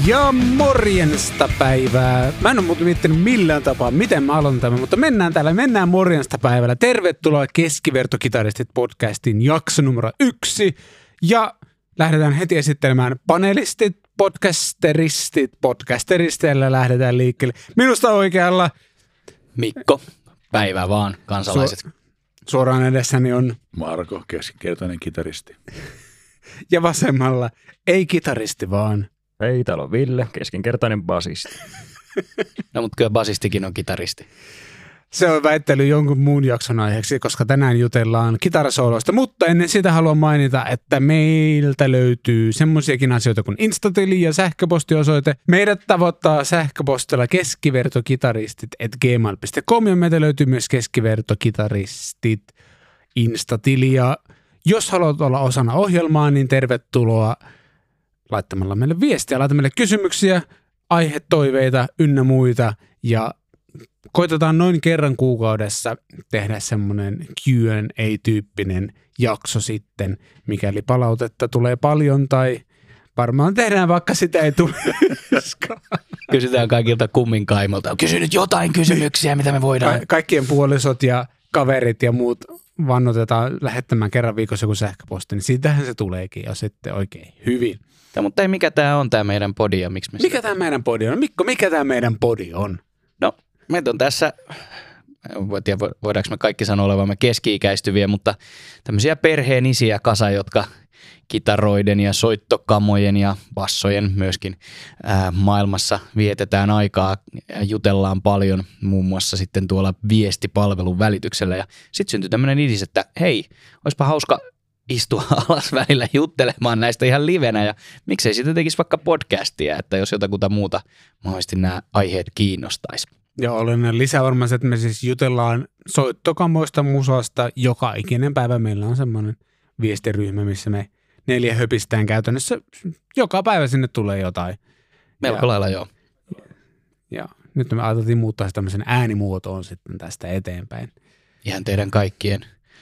Ja morjensta päivää. Mä en ole muuten miettinyt millään tapaa, miten mä aloitan tämän, mutta mennään morjensta päivällä. Tervetuloa Keskivertokitaristit podcastin jakso numero 1. Ja lähdetään heti esittelemään panelistit, podcasteristeilla lähdetään liikkeelle. Minusta oikealla Mikko, päivää vaan kansalaiset. Suoraan edessäni on Marko, keskinkertainen kitaristi. Ja vasemmalla ei kitaristi vaan. Ei, täällä on Ville, keskinkertainen basisti. No mutta kyllä basistikin on kitaristi. Se on väittely jonkun muun jakson aiheeksi, koska tänään jutellaan kitarasooloista, mutta ennen sitä haluan mainita, että meiltä löytyy semmoisiakin asioita kuin Instatili ja sähköpostiosoite. Meidät tavoittaa sähköpostilla keskivertokitaristit@gmail.com ja meiltä löytyy myös keskivertokitaristit Instatili. Ja jos haluat olla osana ohjelmaa, niin tervetuloa laittamalla meille viestiä, laita meille kysymyksiä, aihetoiveita ynnä muita ja koitetaan noin kerran kuukaudessa tehdä semmoinen Q&A-tyyppinen jakso sitten, mikäli palautetta tulee paljon tai varmaan tehdään, vaikka sitä ei tule. Kysytään kaikilta kumminkaimolta. On kysynyt jotain kysymyksiä, mitä me voidaan. Kaikkien puolisot ja kaverit ja muut vannotetaan lähettämään kerran viikossa joku sähköposti, niin siitähän se tuleekin ja sitten oikein hyvin. Mutta ei, mikä tämä on tämä meidän podi ja miksi me Mikä tämä meidän podi on? Mikko, mikä tämä meidän podi on? No, meitä on tässä, voidaanko me kaikki sanoa olevamme keski-ikäistyviä, mutta tämmöisiä perheenisiä kasa, jotka kitaroiden ja soittokamojen ja bassojen myöskin maailmassa vietetään aikaa ja jutellaan paljon muun muassa sitten tuolla viestipalvelun välityksellä. Ja sitten syntyi tämmöinen idis, että hei, olisipa hauska istua alas välillä juttelemaan näistä ihan livenä ja miksei siitä tekisi vaikka podcastia, että jos jotakuta muuta mahdollisesti nämä aiheet kiinnostaisi. Ja olen lisävarma, että me siis jutellaan soittokamoista, musasta. Joka ikinen päivä meillä on semmoinen viestiryhmä, missä me 4 höpistään käytännössä. Joka päivä sinne tulee jotain. Melko lailla joo. Ja nyt me ajateltiin muuttaa tämmöisen äänimuotoon sitten tästä eteenpäin. Ihan teidän kaikkien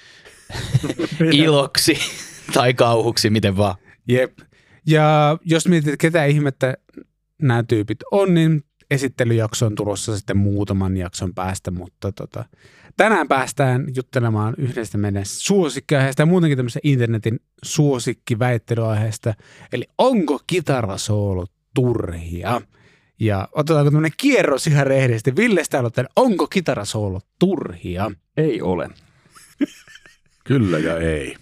iloksi tai kauhuksi, miten vaan. Jep. Ja jos mietit, ketä ihmettä nämä tyypit on, niin esittelyjakso on tulossa sitten muutaman jakson päästä, mutta tänään päästään juttelemaan yhdestä meidän suosikkiaiheesta ja muutenkin tämmöisen internetin suosikkiväittelyaiheesta. Eli onko kitarasoolot turhia? Ja otetaanko tämmöinen kierros ihan rehellisesti. Villestä aloittain, onko kitarasoolot turhia? Ei ole. Kyllä ja ei.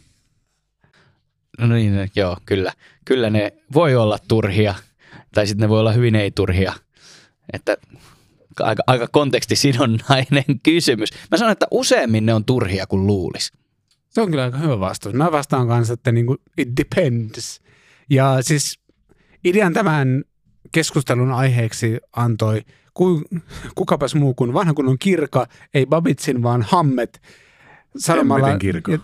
No niin, joo, kyllä. Kyllä ne voi olla turhia, tai sitten ne voi olla hyvin ei-turhia. Että aika kontekstisidonnainen kysymys. Mä sanon, että useammin ne on turhia kuin luulisi. Se on kyllä aika hyvä vastaus. Mä vastaan kanssa, että niin kuin it depends. Ja siis idean tämän keskustelun aiheeksi antoi kukapas muu kuin vanha kunnon Kirka, ei Babitsin, vaan Hammet. Hemmetin Kirka.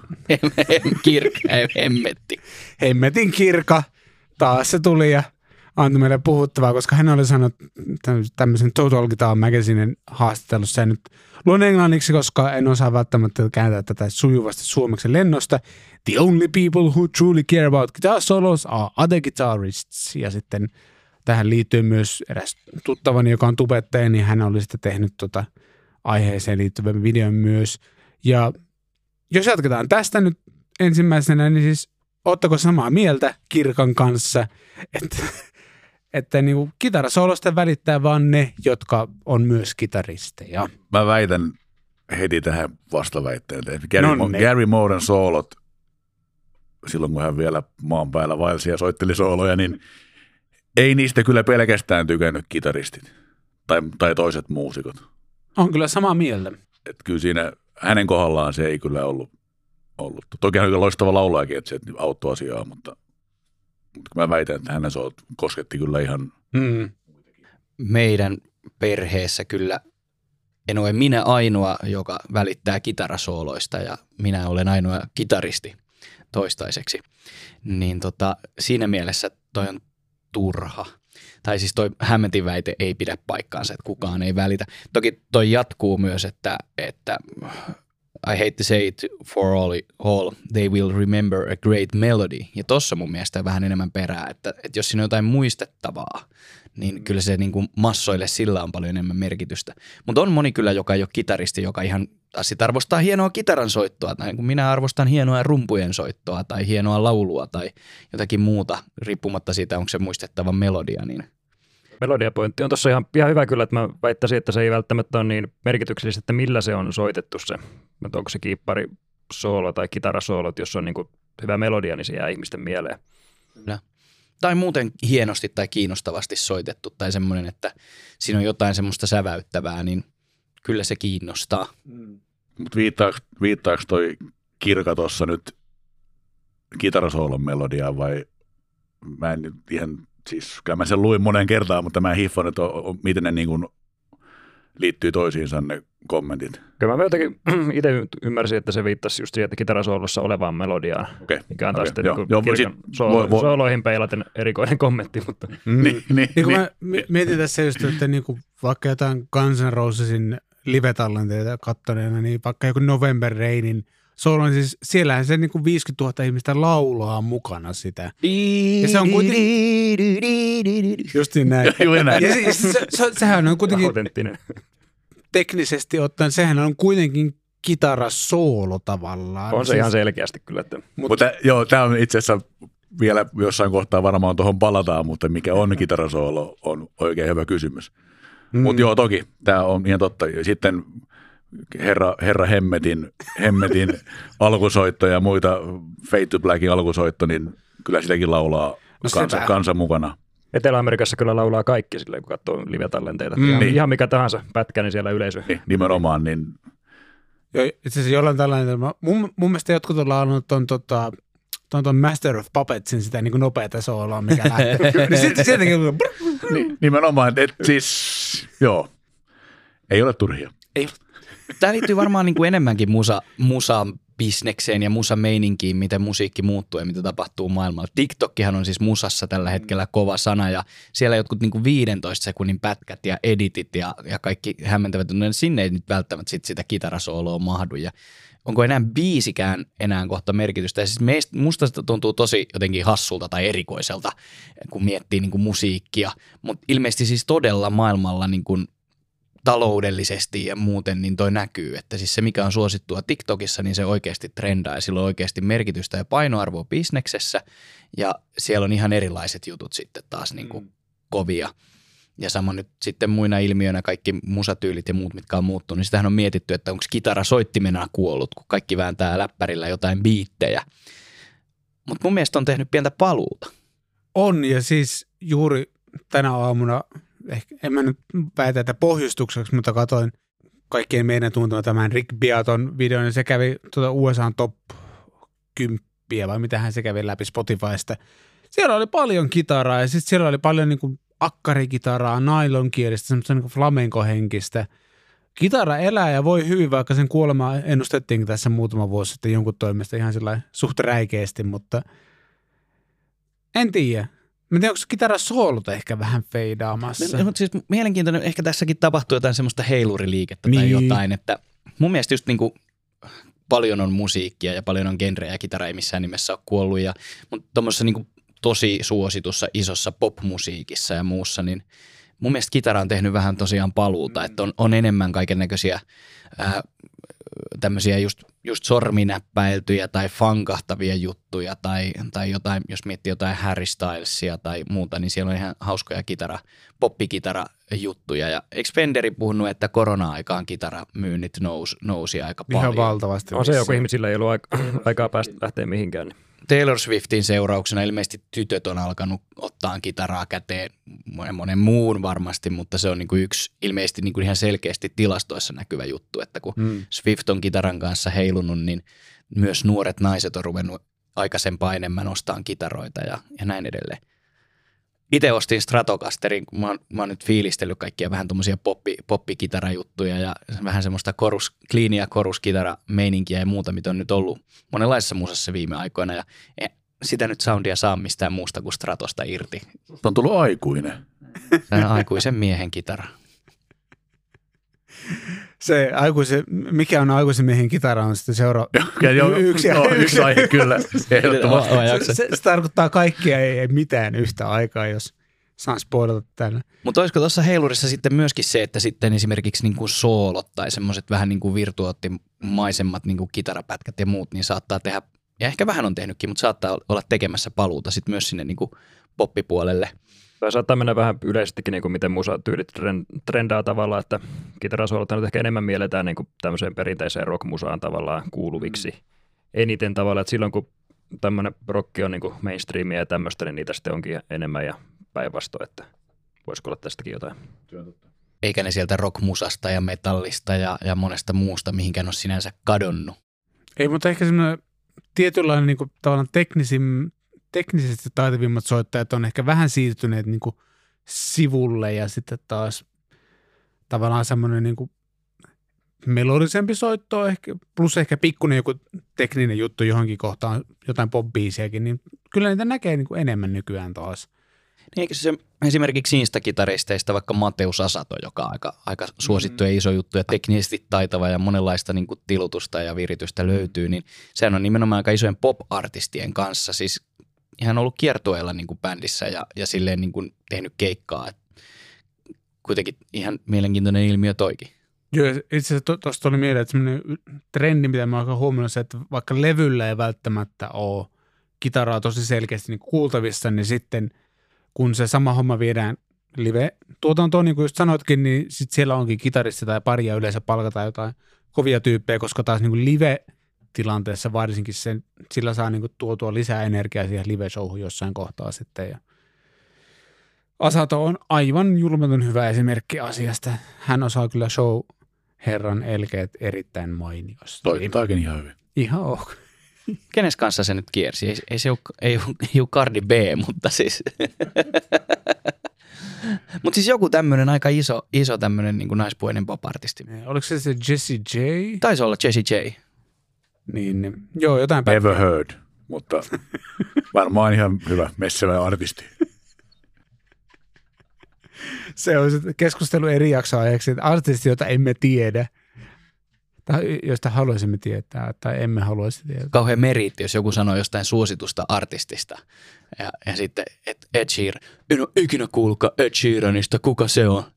Hemmetti. Hemmetin Kirka. Taas se tuli ja antoi meille puhuttavaa, koska hän oli sanonut tämmöisen Total Guitar Magazinen haastattelussa. En nyt luen englanniksi, koska en osaa välttämättä kääntää tätä sujuvasti suomeksi lennosta. The only people who truly care about guitar solos are other guitarists. Ja sitten tähän liittyy myös eräs tuttavani, joka on tubettaja, niin hän oli sitten tehnyt aiheeseen liittyvän videon myös. Ja jos jatketaan tästä nyt ensimmäisenä, niin siis ootteko samaa mieltä Kirkan kanssa, että niinku kitarasoolosta välittää vaan ne, jotka on myös kitaristeja? Mä väitän heti tähän vastaväitteen. Gary Mooren soolot, silloin kun hän vielä maan päällä vaelsi ja soitteli sooloja, niin ei niistä kyllä pelkästään tykännyt kitaristit tai toiset muusikot. On kyllä samaa mieltä. Että kyllä siinä hänen kohdallaan se ei kyllä ollut. Toki hän oli loistava laulajakin, että se auttoi asiaa, mutta mä väitän, että hänen soolot kosketti kyllä ihan. Meidän perheessä kyllä en ole minä ainoa, joka välittää kitarasooloista ja minä olen ainoa kitaristi toistaiseksi. Niin siinä mielessä toi on turha. Tai siis toi Hämmentin väite ei pidä paikkaansa, että kukaan ei välitä. Toki toi jatkuu myös, että I hate to say it for all, they will remember a great melody. Ja tossa mun mielestä on vähän enemmän perää, että jos siinä on jotain muistettavaa, niin kyllä se niin kuin massoille sillä on paljon enemmän merkitystä. Mutta on moni kyllä, joka ei ole kitaristi, joka ihan sit arvostaa hienoa kitaran soittoa, tai kun minä arvostan hienoa rumpujen soittoa, tai hienoa laulua, tai jotakin muuta, riippumatta siitä, onko se muistettava melodia. Niin. Melodiapointti on tuossa ihan hyvä kyllä, että mä väittäisin, että se ei välttämättä ole niin merkityksellistä, että millä se on soitettu se. Että onko se kiippari soolo tai kitarasoolot, jos on niin kuin hyvä melodia, niin se jää ihmisten mieleen. Kyllä. Tai muuten hienosti tai kiinnostavasti soitettu tai semmoinen, että siinä on jotain semmoista säväyttävää, niin kyllä se kiinnostaa. Mutta viittaako toi Kirka tuossa nyt kitarasoolon melodiaan vai mä en nyt ihan, siis kyllä mä sen luin monen kertaan, mutta mä en hiffannut, miten ne niin kuin liittyy toisiinsa ne kommentit. Kyllä mä jotenkin itse ymmärsin, että se viittasi just siihen, että kitarasoolossa olevaan melodiaan, mikä on taas Kirkan sooloihin peilaten erikoinen kommentti. Mutta. Mä mietin tässä just, että niinku, vaikka jotain Guns N' Rosesin live-tallenteita kattoneena, niin vaikka joku November Rainin soolo, niin siis siellähän se niinku 50 000 ihmistä laulaa mukana sitä. Ja se on kuitenkin justiin näin. Ja sehän on kuitenkin teknisesti ottaen, sehän on kuitenkin kitarasoolo tavallaan. On se ihan selkeästi kyllä. Että. Mutta joo, tämä on itse asiassa vielä jossain kohtaa varmaan tuohon palataan, mutta mikä on kitarasoolo on oikein hyvä kysymys. Mutta joo, toki, tämä on ihan totta. Sitten herra Hemmetin alkusoitto ja muita Fade to Blackin alkusoitto, niin kyllä sitäkin laulaa kansa mukana. Etelä-Amerikassa kyllä laulaa kaikki silleen, kun katsoo live-tallenteita. Ihan mikä tahansa pätkä, niin siellä yleisö. Nimenomaan. Niin. Joo, itse asiassa jollain tällainen. Mun mielestä jotkut on laulunut tuon Master of Puppetsin sitä niin kuin nopeata sooloa, mikä lähtee. Niin sitten sieltäkin nimenomaan, että siis joo, ei ole turhia. Ei. Tämä liittyy varmaan niin kuin enemmänkin musabisnekseen ja musameininkiin, miten musiikki muuttuu ja mitä tapahtuu maailmalla. TikTokkihan on siis musassa tällä hetkellä kova sana ja siellä jotkut niin kuin 15 sekunnin pätkät ja editit ja kaikki hämmentävät. Sinne ei nyt välttämättä sitä kitarasooloa mahdu ja onko enää biisikään enää kohta merkitystä. Ja siis musta sitä tuntuu tosi jotenkin hassulta tai erikoiselta, kun miettii niin kuin musiikkia, mutta ilmeisesti siis todella maailmalla niin kuin taloudellisesti ja muuten niin toi näkyy, että siis se mikä on suosittua TikTokissa, niin se oikeasti trendaa ja sillä on oikeasti merkitystä ja painoarvoa bisneksessä ja siellä on ihan erilaiset jutut sitten taas niin kuin kovia. Ja sama nyt sitten muina ilmiöinä kaikki musatyylit ja muut, mitkä on muuttunut, niin sitähän on mietitty, että onko kitara soittimena kuollut, kun kaikki vääntää läppärillä jotain biittejä. Mutta mun mielestä on tehnyt pientä paluuta. On ja siis juuri tänä aamuna ehkä en mä nyt väitä, että pohjustukseksi, mutta katsoin kaikkien meidän tuntuna tämän Rick Beaton videon, ja se kävi USA:n top 10, vai mitähän se kävi läpi Spotifysta. Siellä oli paljon kitaraa, ja sitten siellä oli paljon niin kuin akkarikitaraa, nailonkielistä, semmoista niin kuin flamenco-henkistä. Kitara elää ja voi hyvin, vaikka sen kuolemaa ennustettiin tässä muutama vuosi sitten jonkun toimesta ihan sellainen suht räikeästi, mutta en tiedä. Mä tiedän, onko kitarasoolot ehkä vähän feidaamassa? Mutta siis mielenkiintoinen, ehkä tässäkin tapahtuu jotain semmoista heiluriliikettä tai jotain, että mun mielestä just niinku paljon on musiikkia ja paljon on genrejä ja kitara ei missään nimessä ole kuollut, mutta tuommoisessa niinku tosi suositussa isossa popmusiikissa ja muussa, niin mun mielestä kitara on tehnyt vähän tosiaan paluuta, että on enemmän kaikennäköisiä tämmöisiä just sorminäppäiltyjä tai funkahtavia juttuja tai jotain, jos miettii jotain Harry Stylesia tai muuta, niin siellä on ihan hauskoja poppikitara-juttuja. Ja eikö Fenderi puhunut, että korona-aikaan kitaramyynnit nousi aika paljon? Ihan valtavasti. On se joku ihmisillä ei ollut aikaa päästä lähteä mihinkään. Taylor Swiftin seurauksena ilmeisesti tytöt on alkanut ottaa kitaraa käteen, monen muun varmasti, mutta se on niin kuin yksi ilmeisesti niin kuin ihan selkeästi tilastoissa näkyvä juttu, että kun Swift on kitaran kanssa heilunut, niin myös nuoret naiset on ruvennut aikaisempaa enemmän ostamaan kitaroita ja näin edelleen. Itse ostin Stratocasterin, kun mä oon nyt fiilistellyt kaikkia vähän tommosia poppikitarajuttuja ja vähän semmoista kliiniä koruskitarameininkiä ja muuta, mitä on nyt ollut monenlaisessa musassa viime aikoina ja sitä nyt soundia saa mistään muusta kuin Stratosta irti. On tullut aikuinen. Se on aikuisen miehen kitara. Mikä on aikuisen miehen kitara on sitten yksi aihe kyllä. Se tarkoittaa kaikkia, ei mitään yhtä aikaa, jos saan spoilata täällä. Mutta olisiko tuossa heilurissa sitten myöskin se, että sitten esimerkiksi niin kuin soolot tai semmoiset vähän niin kuin virtuoottimaisemmat niin kuin kitarapätkät ja muut, niin saattaa tehdä, ja ehkä vähän on tehnytkin, mutta saattaa olla tekemässä paluuta sitten myös sinne niin kuin poppipuolelle. Tai saattaa mennä vähän yleisestikin, niin kuin miten musatyylit trendaa tavallaan, että kitarasoolot nyt ehkä enemmän mielletään niin kuin tämmöiseen perinteiseen rockmusaan tavallaan kuuluviksi eniten tavallaan, että silloin kun tämmöinen rock on niin kuin mainstreamia ja tämmöistä, niin niitä sitten onkin enemmän ja päinvastoin, että voisiko olla tästäkin jotain. Eikä ne sieltä rockmusasta ja metallista ja monesta muusta mihinkään ole sinänsä kadonnut. Ei, mutta ehkä semmoinen tietynlainen niin kuin, tavallaan teknisesti taitavimmat soittajat on ehkä vähän siirtyneet niin kuin sivulle ja sitten taas tavallaan semmoinen niin kuin melodisempi soitto ehkä, plus ehkä pikkuinen joku tekninen juttu johonkin kohtaan, jotain pop-biisiäkin, niin kyllä niitä näkee niin kuin enemmän nykyään taas. Niin eikö se esimerkiksi Insta-kitaristeista vaikka Mateus Asato, joka on aika suosittu ja iso juttu ja teknisesti taitava ja monenlaista niin kuin tilutusta ja viritystä löytyy, niin sehän on nimenomaan aika isojen pop-artistien kanssa, siis ihan ollut kiertueella niin kuin bändissä ja silleen niin kuin tehnyt keikkaa. Kuitenkin ihan mielenkiintoinen ilmiö toikin. Joo, itse asiassa tuosta oli mieleen, että semmoinen trendi, mitä mä oon huomannut, se, että vaikka levyllä ei välttämättä ole kitaraa tosi selkeästi niin kuultavissa, niin sitten kun se sama homma viedään live-tuotantoon, niin kuin just sanoitkin, niin sitten siellä onkin kitaristi tai paria yleensä palkataan jotain kovia tyyppejä, koska taas niin kuin live-tilanteessa varsinkin sillä saa niin kuin tuotua lisää energiaa siihen live-showhun jossain kohtaa sitten. Ja Asato on aivan julmaton hyvä esimerkki asiasta. Hän osaa kyllä show-herran elkeet erittäin mainiosti. Toimintaakin ihan hyvin. Ihan ok. Kenes kanssa se nyt kiersi? Ei se ole Cardi B, mutta siis. Mutta siis joku tämmöinen aika iso tämmöinen niin kuin naispuolinen pop-artisti. Oliko se Jessie J? Taisi olla Jessie J. Niin, joo, jotain Never heard, mutta varmaan ihan hyvä messevä artisti. Se on keskustelu eri jaksoajaksi, että artisti, jota emme tiedä, tai josta haluaisimme tietää, tai emme haluaisi tietää. Kauhean meriitti, jos joku sanoo jostain suositusta artistista. Ja sitten Ed Sheeran. En ole ikinä kuullutkaan Ed Sheeranista, kuka se on?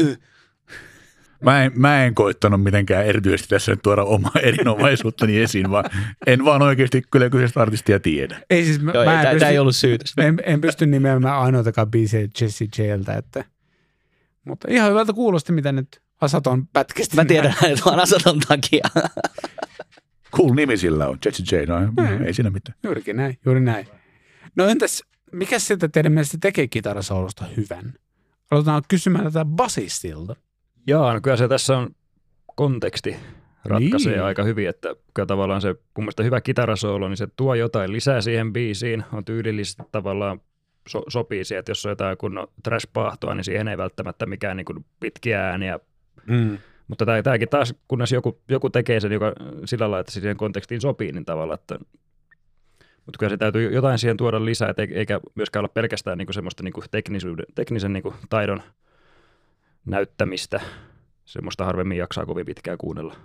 Mä en koittanut mitenkään erityisesti tässä nyt tuoda omaa erinomaisuuttani esiin, vaan en vaan oikeasti kyllä kyseistä artistia tiedä. Ei siis, tämä ei ollut syytös. En pysty nimeämään ainoatakaan biisiä Jessie Jltä, että mutta ihan hyvältä kuulosti, mitä nyt Asaton pätkästi. Mä tiedän, että vaan Asaton takia. Cool nimi sillä on, Jessie J, ei siinä mitään. Juuri näin. No entäs, mikä sitä teidän mielestä tekee kitarasoolosta hyvän? Aloitetaan kysymään tätä basistilta. Jaa, no kyllä se tässä on konteksti ratkaisee aika hyvin, että kyllä tavallaan se mun mielestä hyvä kitarasoolo, niin se tuo jotain lisää siihen biisiin, on tyylillisesti tavallaan sopii siihen, että jos on jotain kunnon trash-pahtoa, niin siihen ei välttämättä mikään niin kuin pitkiä ääniä. Mutta tämäkin taas, kunnes joku tekee sen joka sillä lailla, että se siihen kontekstiin sopii, niin tavallaan, että mutta kyllä se täytyy jotain siihen tuoda lisää, eikä myöskään olla pelkästään niin kuin semmoista niin kuin teknisen niin kuin taidon näyttämistä. Semmoista harvemmin jaksaa kovin pitkään kuunnella.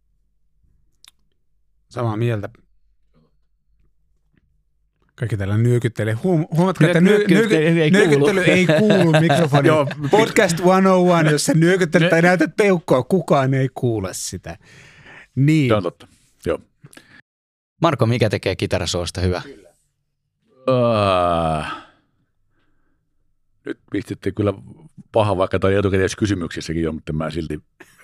Samaa mieltä. Kaikki täällä nyökyttelee. Huomatko, että nyökyttely ei kuulu mikrofoniin. Podcast 101, jos sä nyökyttelet tai näytät peukkoa, kukaan ei kuule sitä. Niin. Se on totta. Joo. Marko, mikä tekee kitarasoolosta hyvä? Nyt pistitte kyllä paha, vaikka toi etukäteiskysymyksissäkin on, mutta mä silti.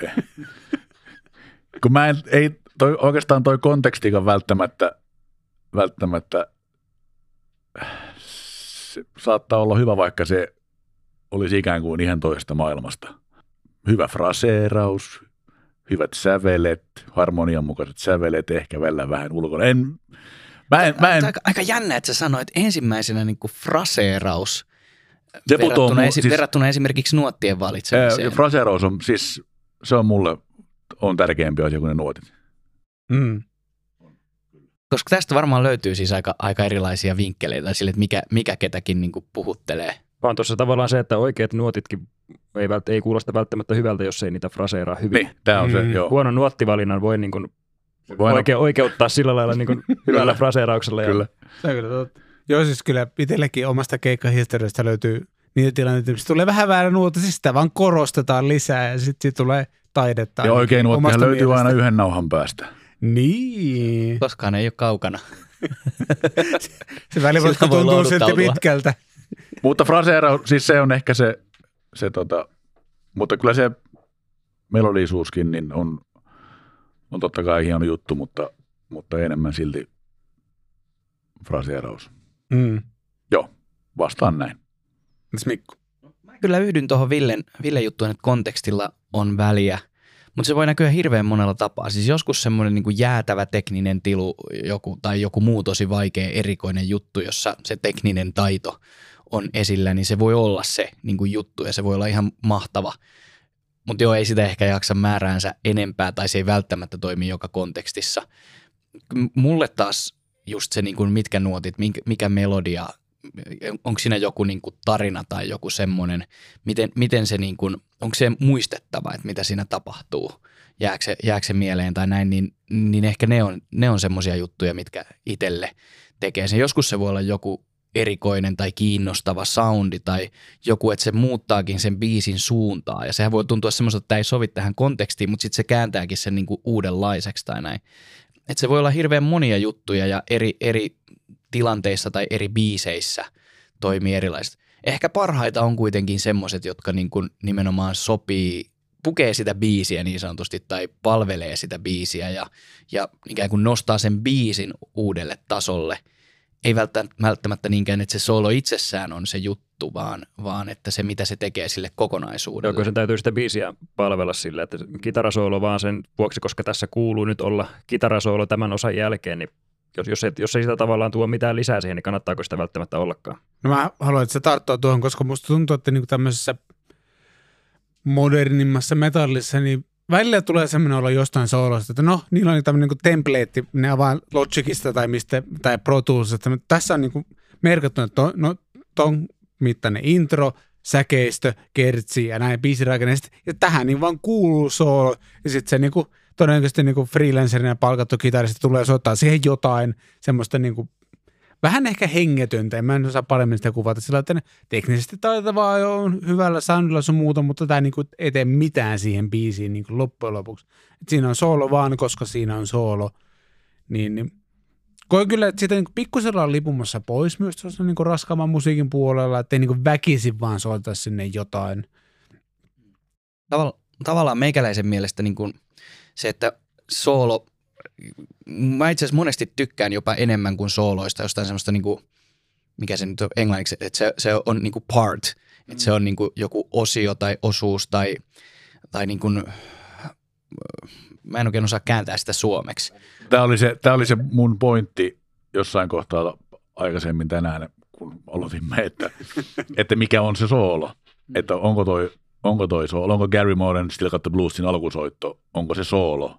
Kun mä oikeastaan toi kontekstiikan välttämättä se saattaa olla hyvä, vaikka se olisi ikään kuin ihan toisesta maailmasta. Hyvä fraseeraus, hyvät sävelet, harmonian mukaiset sävelet, ehkä välillä vähän ulkona. Aika jännä, että sä sanoit ensimmäisenä niin kuin fraseeraus verrattuna esimerkiksi nuottien valitsemiseen. Fraseeraus on siis, se on mulle on tärkeämpi asia kuin ne nuotit. Koska tästä varmaan löytyy siis aika erilaisia vinkkeleitä sille, että mikä ketäkin niin kuin puhuttelee. Vaan tuossa tavallaan se, että oikeat nuotitkin ei kuulosta välttämättä hyvältä, jos ei niitä fraseeraa hyvin. Niin, tämä on se, joo. Huonon nuottivalinnan voi niin kuin oikeuttaa sillä lailla niin kuin hyvällä fraseerauksella. Kyllä. Se on kyllä totta. Joo, siis kyllä itsellekin omasta keikkahistoriasta löytyy niitä tilanteita, että tulee vähän väärä nuotti, siis sitä vaan korostetaan lisää ja sitten tulee taidetta. Ja oikein nuottihan löytyy mielestä. Aina yhden nauhan päästä. Niin. Koskaan ei ole kaukana. Se välivuotta tuntuu silti pitkältä. Mutta fraseeraus, siis se on ehkä se mutta kyllä se melodisuuskin niin on totta kai hieno juttu, mutta enemmän silti fraseeraus. Joo, vastaan näin. Mitäs Mikko? Mä kyllä yhdyn tuohon Villen juttuun, että kontekstilla on väliä, mutta se voi näkyä hirveän monella tapaa. Siis joskus semmoinen niin kuin jäätävä tekninen tilu tai joku muu tosi vaikea erikoinen juttu, jossa se tekninen taito on esillä, niin se voi olla se niin kuin juttu ja se voi olla ihan mahtava. Mutta joo, ei sitä ehkä jaksa määräänsä enempää tai se ei välttämättä toimi joka kontekstissa. Mulle taas just se, niin kuin mitkä nuotit, mikä melodia, onko siinä joku niin kuin tarina tai joku semmoinen, miten se, niin kuin, onko se muistettava, että mitä siinä tapahtuu, jääkö se mieleen tai näin, niin ehkä ne on semmoisia juttuja, mitkä itselle tekee sen. Joskus se voi olla joku erikoinen tai kiinnostava soundi tai joku, että se muuttaakin sen biisin suuntaa ja sehän voi tuntua semmoiselta, että tämä ei sovi tähän kontekstiin, mutta sitten se kääntääkin sen niin kuin uudenlaiseksi tai näin. Että se voi olla hirveän monia juttuja ja eri tilanteissa tai eri biiseissä toimii erilaiset. Ehkä parhaita on kuitenkin semmoiset, jotka niin kuin nimenomaan pukee sitä biisiä niin sanotusti tai palvelee sitä biisiä ja ikään kuin nostaa sen biisin uudelle tasolle. Ei välttämättä niinkään, että se solo itsessään on se juttu, vaan että se, mitä se tekee sille kokonaisuudelle. Joo, sen täytyy sitä biisiä palvella sille, että kitarasoolo vaan sen vuoksi, koska tässä kuuluu nyt olla kitarasoolo tämän osan jälkeen, niin jos ei sitä tavallaan tuo mitään lisää siihen, niin kannattaako sitä välttämättä ollakaan? No mä haluan, että se tarttuu tuohon, koska musta tuntuu, että niinku tämmöisessä modernimmassa metallissa, niin välillä tulee semmoinen olla jostain soolosta, että no, niillä on tämmöinen niin template, ne avaa Logicista tai Pro Toolsista, mutta tässä on niin merkattu, että ton mittainen intro, säkeistö, kertsi ja näin biisirakenne, ja tähän niin vaan kuuluu soolo, ja sitten se niin kuin, todennäköisesti niin kuin freelancerina palkattu kitaristi tulee soittaa siihen jotain semmoista niin kuin, vähän ehkä hengetöntä, mä en osaa paremmin sitä kuvata sillä, että ne teknisesti taitavaa on hyvällä soundilla sun muuta, mutta tämä niinku ei tee mitään siihen biisiin niinku loppujen lopuksi. Et siinä on soolo vaan, koska siinä on soolo. Niin. Koen kyllä, että siitä niinku pikkusella on lipumassa pois myös tuossa niinku raskaamman musiikin puolella, ettei niinku väkisin vaan soita sinne jotain. Tavallaan meikäläisen mielestä niinku se, että soolo, mä itse asiassa monesti tykkään jopa enemmän kuin sooloista, jostain semmoista, niinku, mikä se nyt on englanniksi, että se on niinku part, että se on niinku joku osio tai osuus tai niinku, mä en oikein osaa kääntää sitä suomeksi. Tämä oli se mun pointti jossain kohtaa aikaisemmin tänään, kun aloitimme, että mikä on se soolo, että onko toi soolo, onko Gary Mooren Still Got the Bluesin alkusoitto, onko se soolo?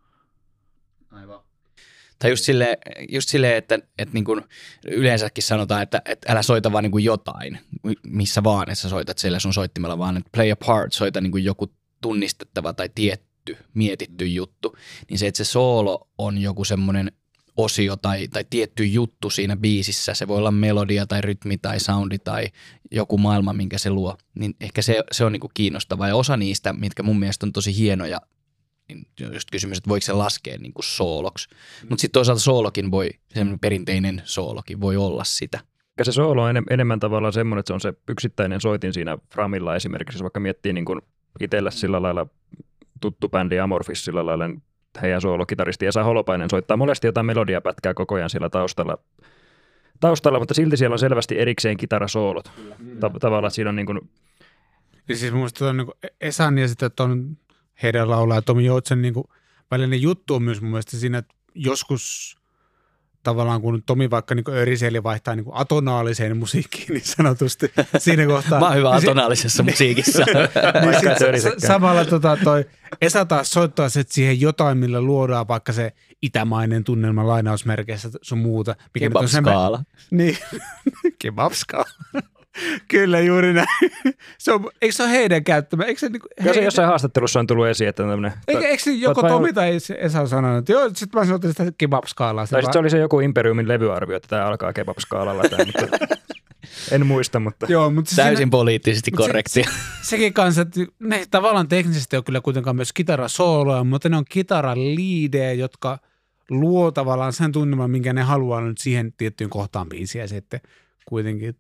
Aivan. Tai just silleen että niin kuin yleensäkin sanotaan, että älä soita vaan niin kuin jotain, missä vaan, että sä soitat siellä sun soittimella, vaan että play a part, soita niin kuin joku tunnistettava tai tietty, mietitty juttu. Niin se, että se soolo on joku semmoinen osio tai tietty juttu siinä biisissä, se voi olla melodia tai rytmi tai soundi tai joku maailma, minkä se luo, niin ehkä se on niin kuin kiinnostavaa. Ja osa niistä, mitkä mun mielestä on tosi hienoja, just kysymys, että voiko se laskea niin kuin sooloksi. Mutta sitten toisaalta soolokin semmoinen perinteinen soolokin voi olla sitä. Se soolo on enemmän tavallaan semmoinen, että se on se yksittäinen soitin siinä framilla esimerkiksi, jos vaikka miettii niin kuin itsellä sillä lailla tuttu bändi Amorphis sillä lailla, heidän soolokitaristi Esa Holopainen soittaa monesti jotain melodiapätkää koko ajan siellä taustalla, mutta silti siellä on selvästi erikseen kitarasoolot. Tavallaan siinä on niin kuin... Ja siis mun mielestä on niin kuin Esan ja sitten on heidän laulaa Tomi Joutsen niin kuin välinen juttu on myös mun mielestä siinä, että joskus tavallaan kun Tomi vaikka niin öriseli vaihtaa niin atonaaliseen musiikkiin niin sanotusti siinä kohtaa. Mä oon hyvä atonaalisessa musiikissa. Niin samalla toi Esa taas soittaa siihen jotain, millä luodaan vaikka se itämainen tunnelma lainausmerkeissä sun muuta. Kebab-skaala. Niin, kebab-skaala. Kyllä, juuri näin. Eikö se ole heidän käyttämä? Eikö se, niin se jossain haastattelussa on tullut esiin, että tämmöinen... Eikö joko Tomi tai Esa on sanonut, että joo, sitten mä sanoin sitä kebab-skaalaa. Tai sitten se oli se joku Imperiumin levyarvio, että tämä alkaa kebab-skaalalla. En muista, mutta... Joo, mutta täysin poliittisesti korrektia. Sekin kanssa, että ne tavallaan teknisesti on kyllä kuitenkaan myös kitarasooloja, mutta ne on kitaraliidejä, jotka luo tavallaan sen tunnelman, minkä ne haluaa nyt siihen tiettyyn kohtaan biisiä sitten kuitenkin.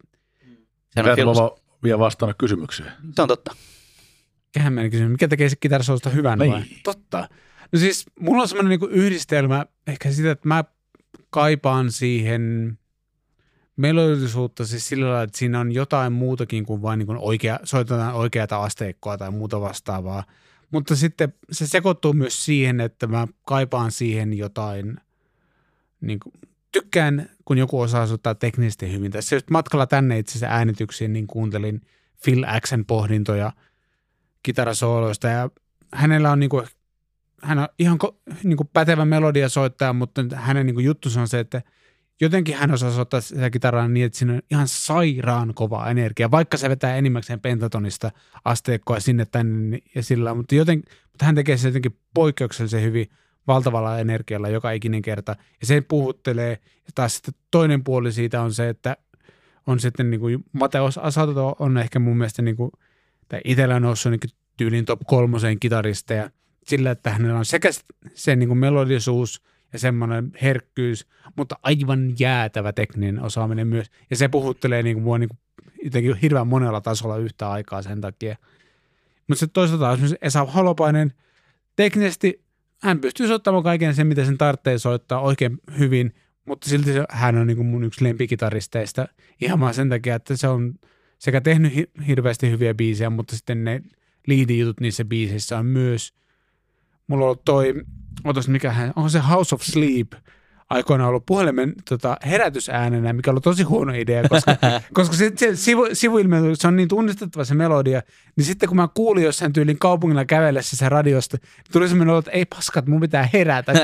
Sä vielä vastannut kysymykseen. Se on totta. Kähän meni kysymys, mikä tekee se kitarasoolosta hyvän vai? Totta. No siis mulla on semmoinen niinku yhdistelmä ehkä sitä, että mä kaipaan siihen melodisuutta siis sillä lailla, että siinä on jotain muutakin kuin vain niin soitetaan oikeata asteikkoa tai muuta vastaavaa. Mutta sitten se sekoittuu myös siihen, että mä kaipaan siihen jotain, niin kuin, tykkään, kun joku osaa soittaa teknisesti hyvin. Tässä just matkalla tänne itse asiassa äänityksiin, niin kuuntelin Phil X:n pohdintoja kitarasooloista ja hänellä on niinku, hän on ihan niinku pätevä melodiasoittaja, mutta hänen niinku juttunsa on se, että jotenkin hän osaa soittaa sitä kitaraa niin, että siinä on ihan sairaan kova energia, vaikka se vetää enimmäkseen pentatonista asteikkoa sinne tänne ja sillä, mutta hän tekee se jotenkin poikkeuksellisen hyvin valtavalla energialla joka ikinen kerta. Ja se puhuttelee, ja taas sitten toinen puoli siitä on se, että on sitten niin kuin Mateos Asato on ehkä mun mielestä niin kuin, tai itsellä on noussut niin tyylin top 3 kitaristeja sillä, että hänellä on sekä se niin kuin melodisuus ja semmoinen herkkyys, mutta aivan jäätävä tekninen osaaminen myös. Ja se puhuttelee niin kuin mua niin kuin jotenkin hirveän monella tasolla yhtä aikaa sen takia. Mutta sitten toisaalta esimerkiksi Esa Holopainen teknisesti hän pystyy soittamaan kaiken sen, mitä sen tarvitsee soittaa oikein hyvin, mutta silti hän on niin kuin mun yksi lempikitaristeista ihan vaan sen takia, että se on sekä tehnyt hirveästi hyviä biisejä, mutta sitten ne liidijutut niissä biiseissä on myös. Mulla on ollut onko se House of Sleep aikoinaan ollut puhelimen herätysäänenä, mikä on ollut tosi huono idea, koska se sivuilmiö, se on niin tunnistettava se melodia, niin sitten kun mä kuulin jossain tyylin kaupungilla kävellessä se radiosta, niin tuli semmoinen olo, että ei paskat, mun pitää herätä.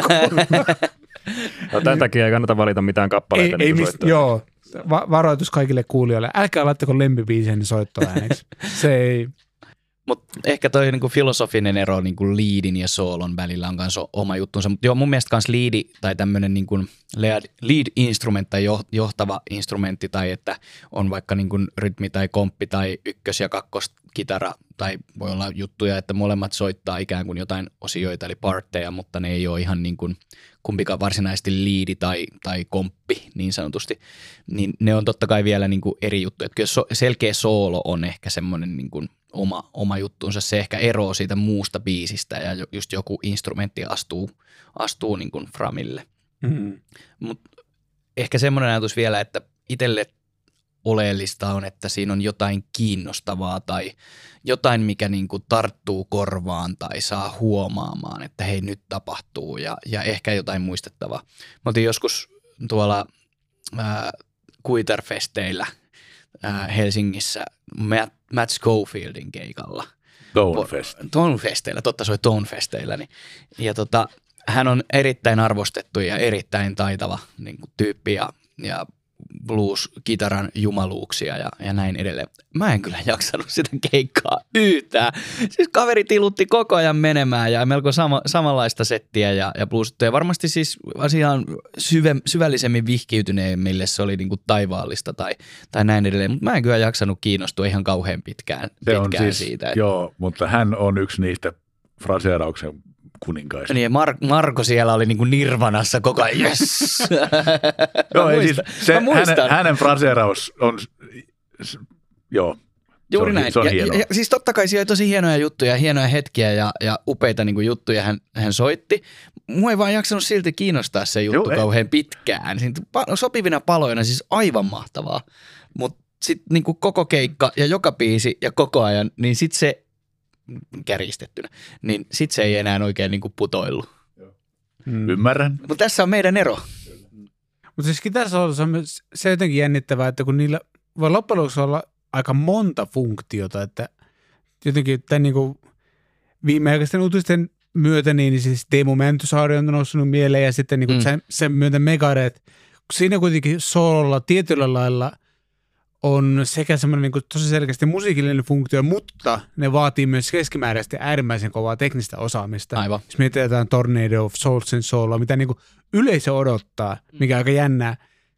No, tämän takia ei kannata valita mitään kappaleita. Joo, varoitus kaikille kuulijoille. Älkää laittako lempibiiseen soittoääneksi. Se ei... Mutta ehkä toi niinku filosofinen ero niinku leadin ja soolon välillä on myös oma juttunsa. Mutta joo, mun mielestä myös leadi tai tämmöinen niinku lead-instrument tai johtava instrumentti tai että on vaikka niinku rytmi tai komppi tai ykkös- ja kakkoskitara tai voi olla juttuja, että molemmat soittaa ikään kuin jotain osioita eli partteja, mutta ne ei ole ihan niin kuin kumpikaan varsinaisesti liidi tai komppi niin sanotusti, niin ne on totta kai vielä niin kuin eri juttuja. Että kyllä selkeä soolo on ehkä semmoinen niin kuin oma juttuunsa, se ehkä eroaa siitä muusta biisistä ja just joku instrumentti astuu niin kuin framille. Mm-hmm. Mutta ehkä semmoinen ajatus vielä, että itselle oleellista on, että siinä on jotain kiinnostavaa tai jotain, mikä niin kuin tarttuu korvaan tai saa huomaamaan, että hei nyt tapahtuu ja ehkä jotain muistettavaa. Mä oltiin joskus tuolla Kuitarfesteillä Helsingissä Matt Schofieldin keikalla. Tonefesteillä, totta se oli Tonefesteillä. Ja hän on erittäin arvostettu ja erittäin taitava niin kuin tyyppi ja blues-kitaran jumaluuksia ja näin edelleen. Mä en kyllä jaksanut sitä keikkaa yhtään. Siis kaveri tilutti koko ajan menemään ja melko samanlaista settiä ja bluesittuja. Varmasti siis asiaan syvällisemmin vihkiytyneemmille se oli niinku taivaallista tai näin edelleen. Mutta mä en kyllä jaksanut kiinnostua ihan kauhean pitkään siis, siitä. Joo, mutta hän on yksi niistä fraseerauksen kuninkaista. Niin, Marko siellä oli niinku nirvanassa koko ajan, yes! Joo, ei siis hänen fraseeraus on, joo. Juuri näin. Se on hienoa. Ja siis totta kai siellä oli tosi hienoja juttuja, hienoja hetkiä ja upeita niinku juttuja hän soitti. Mua ei vaan jaksanut silti kiinnostaa se juttu kauhean pitkään. Sopivina paloina siis aivan mahtavaa. Mutta sitten niinku koko keikka ja joka biisi ja koko ajan, niin sitten se kärjistettynä, niin sit se ei enää oikein niin kuin putoillut. Ymmärrän. Mutta tässä on meidän ero. Mutta siis kitarasoolossa on se jotenkin jännittävää, että kun niillä voi loppujen lopuksi olla aika monta funktiota, että jotenkin tämän niin kuin viimeaikaisten uutisten myötä, niin siis Teemu Mäntysaari on noussut mieleen ja sitten niin kuin sen myötä Megadeth, kun siinä kuitenkin soololla tietyllä lailla on sekä semmoinen niin kuin tosi selkeästi musiikillinen funktio, mutta ne vaatii myös keskimääräisesti äärimmäisen kovaa teknistä osaamista. Aivan. Jos mietitään Tornado of Soulsin sooloa, mitä niin kuin yleisö odottaa, mikä on aika jännää.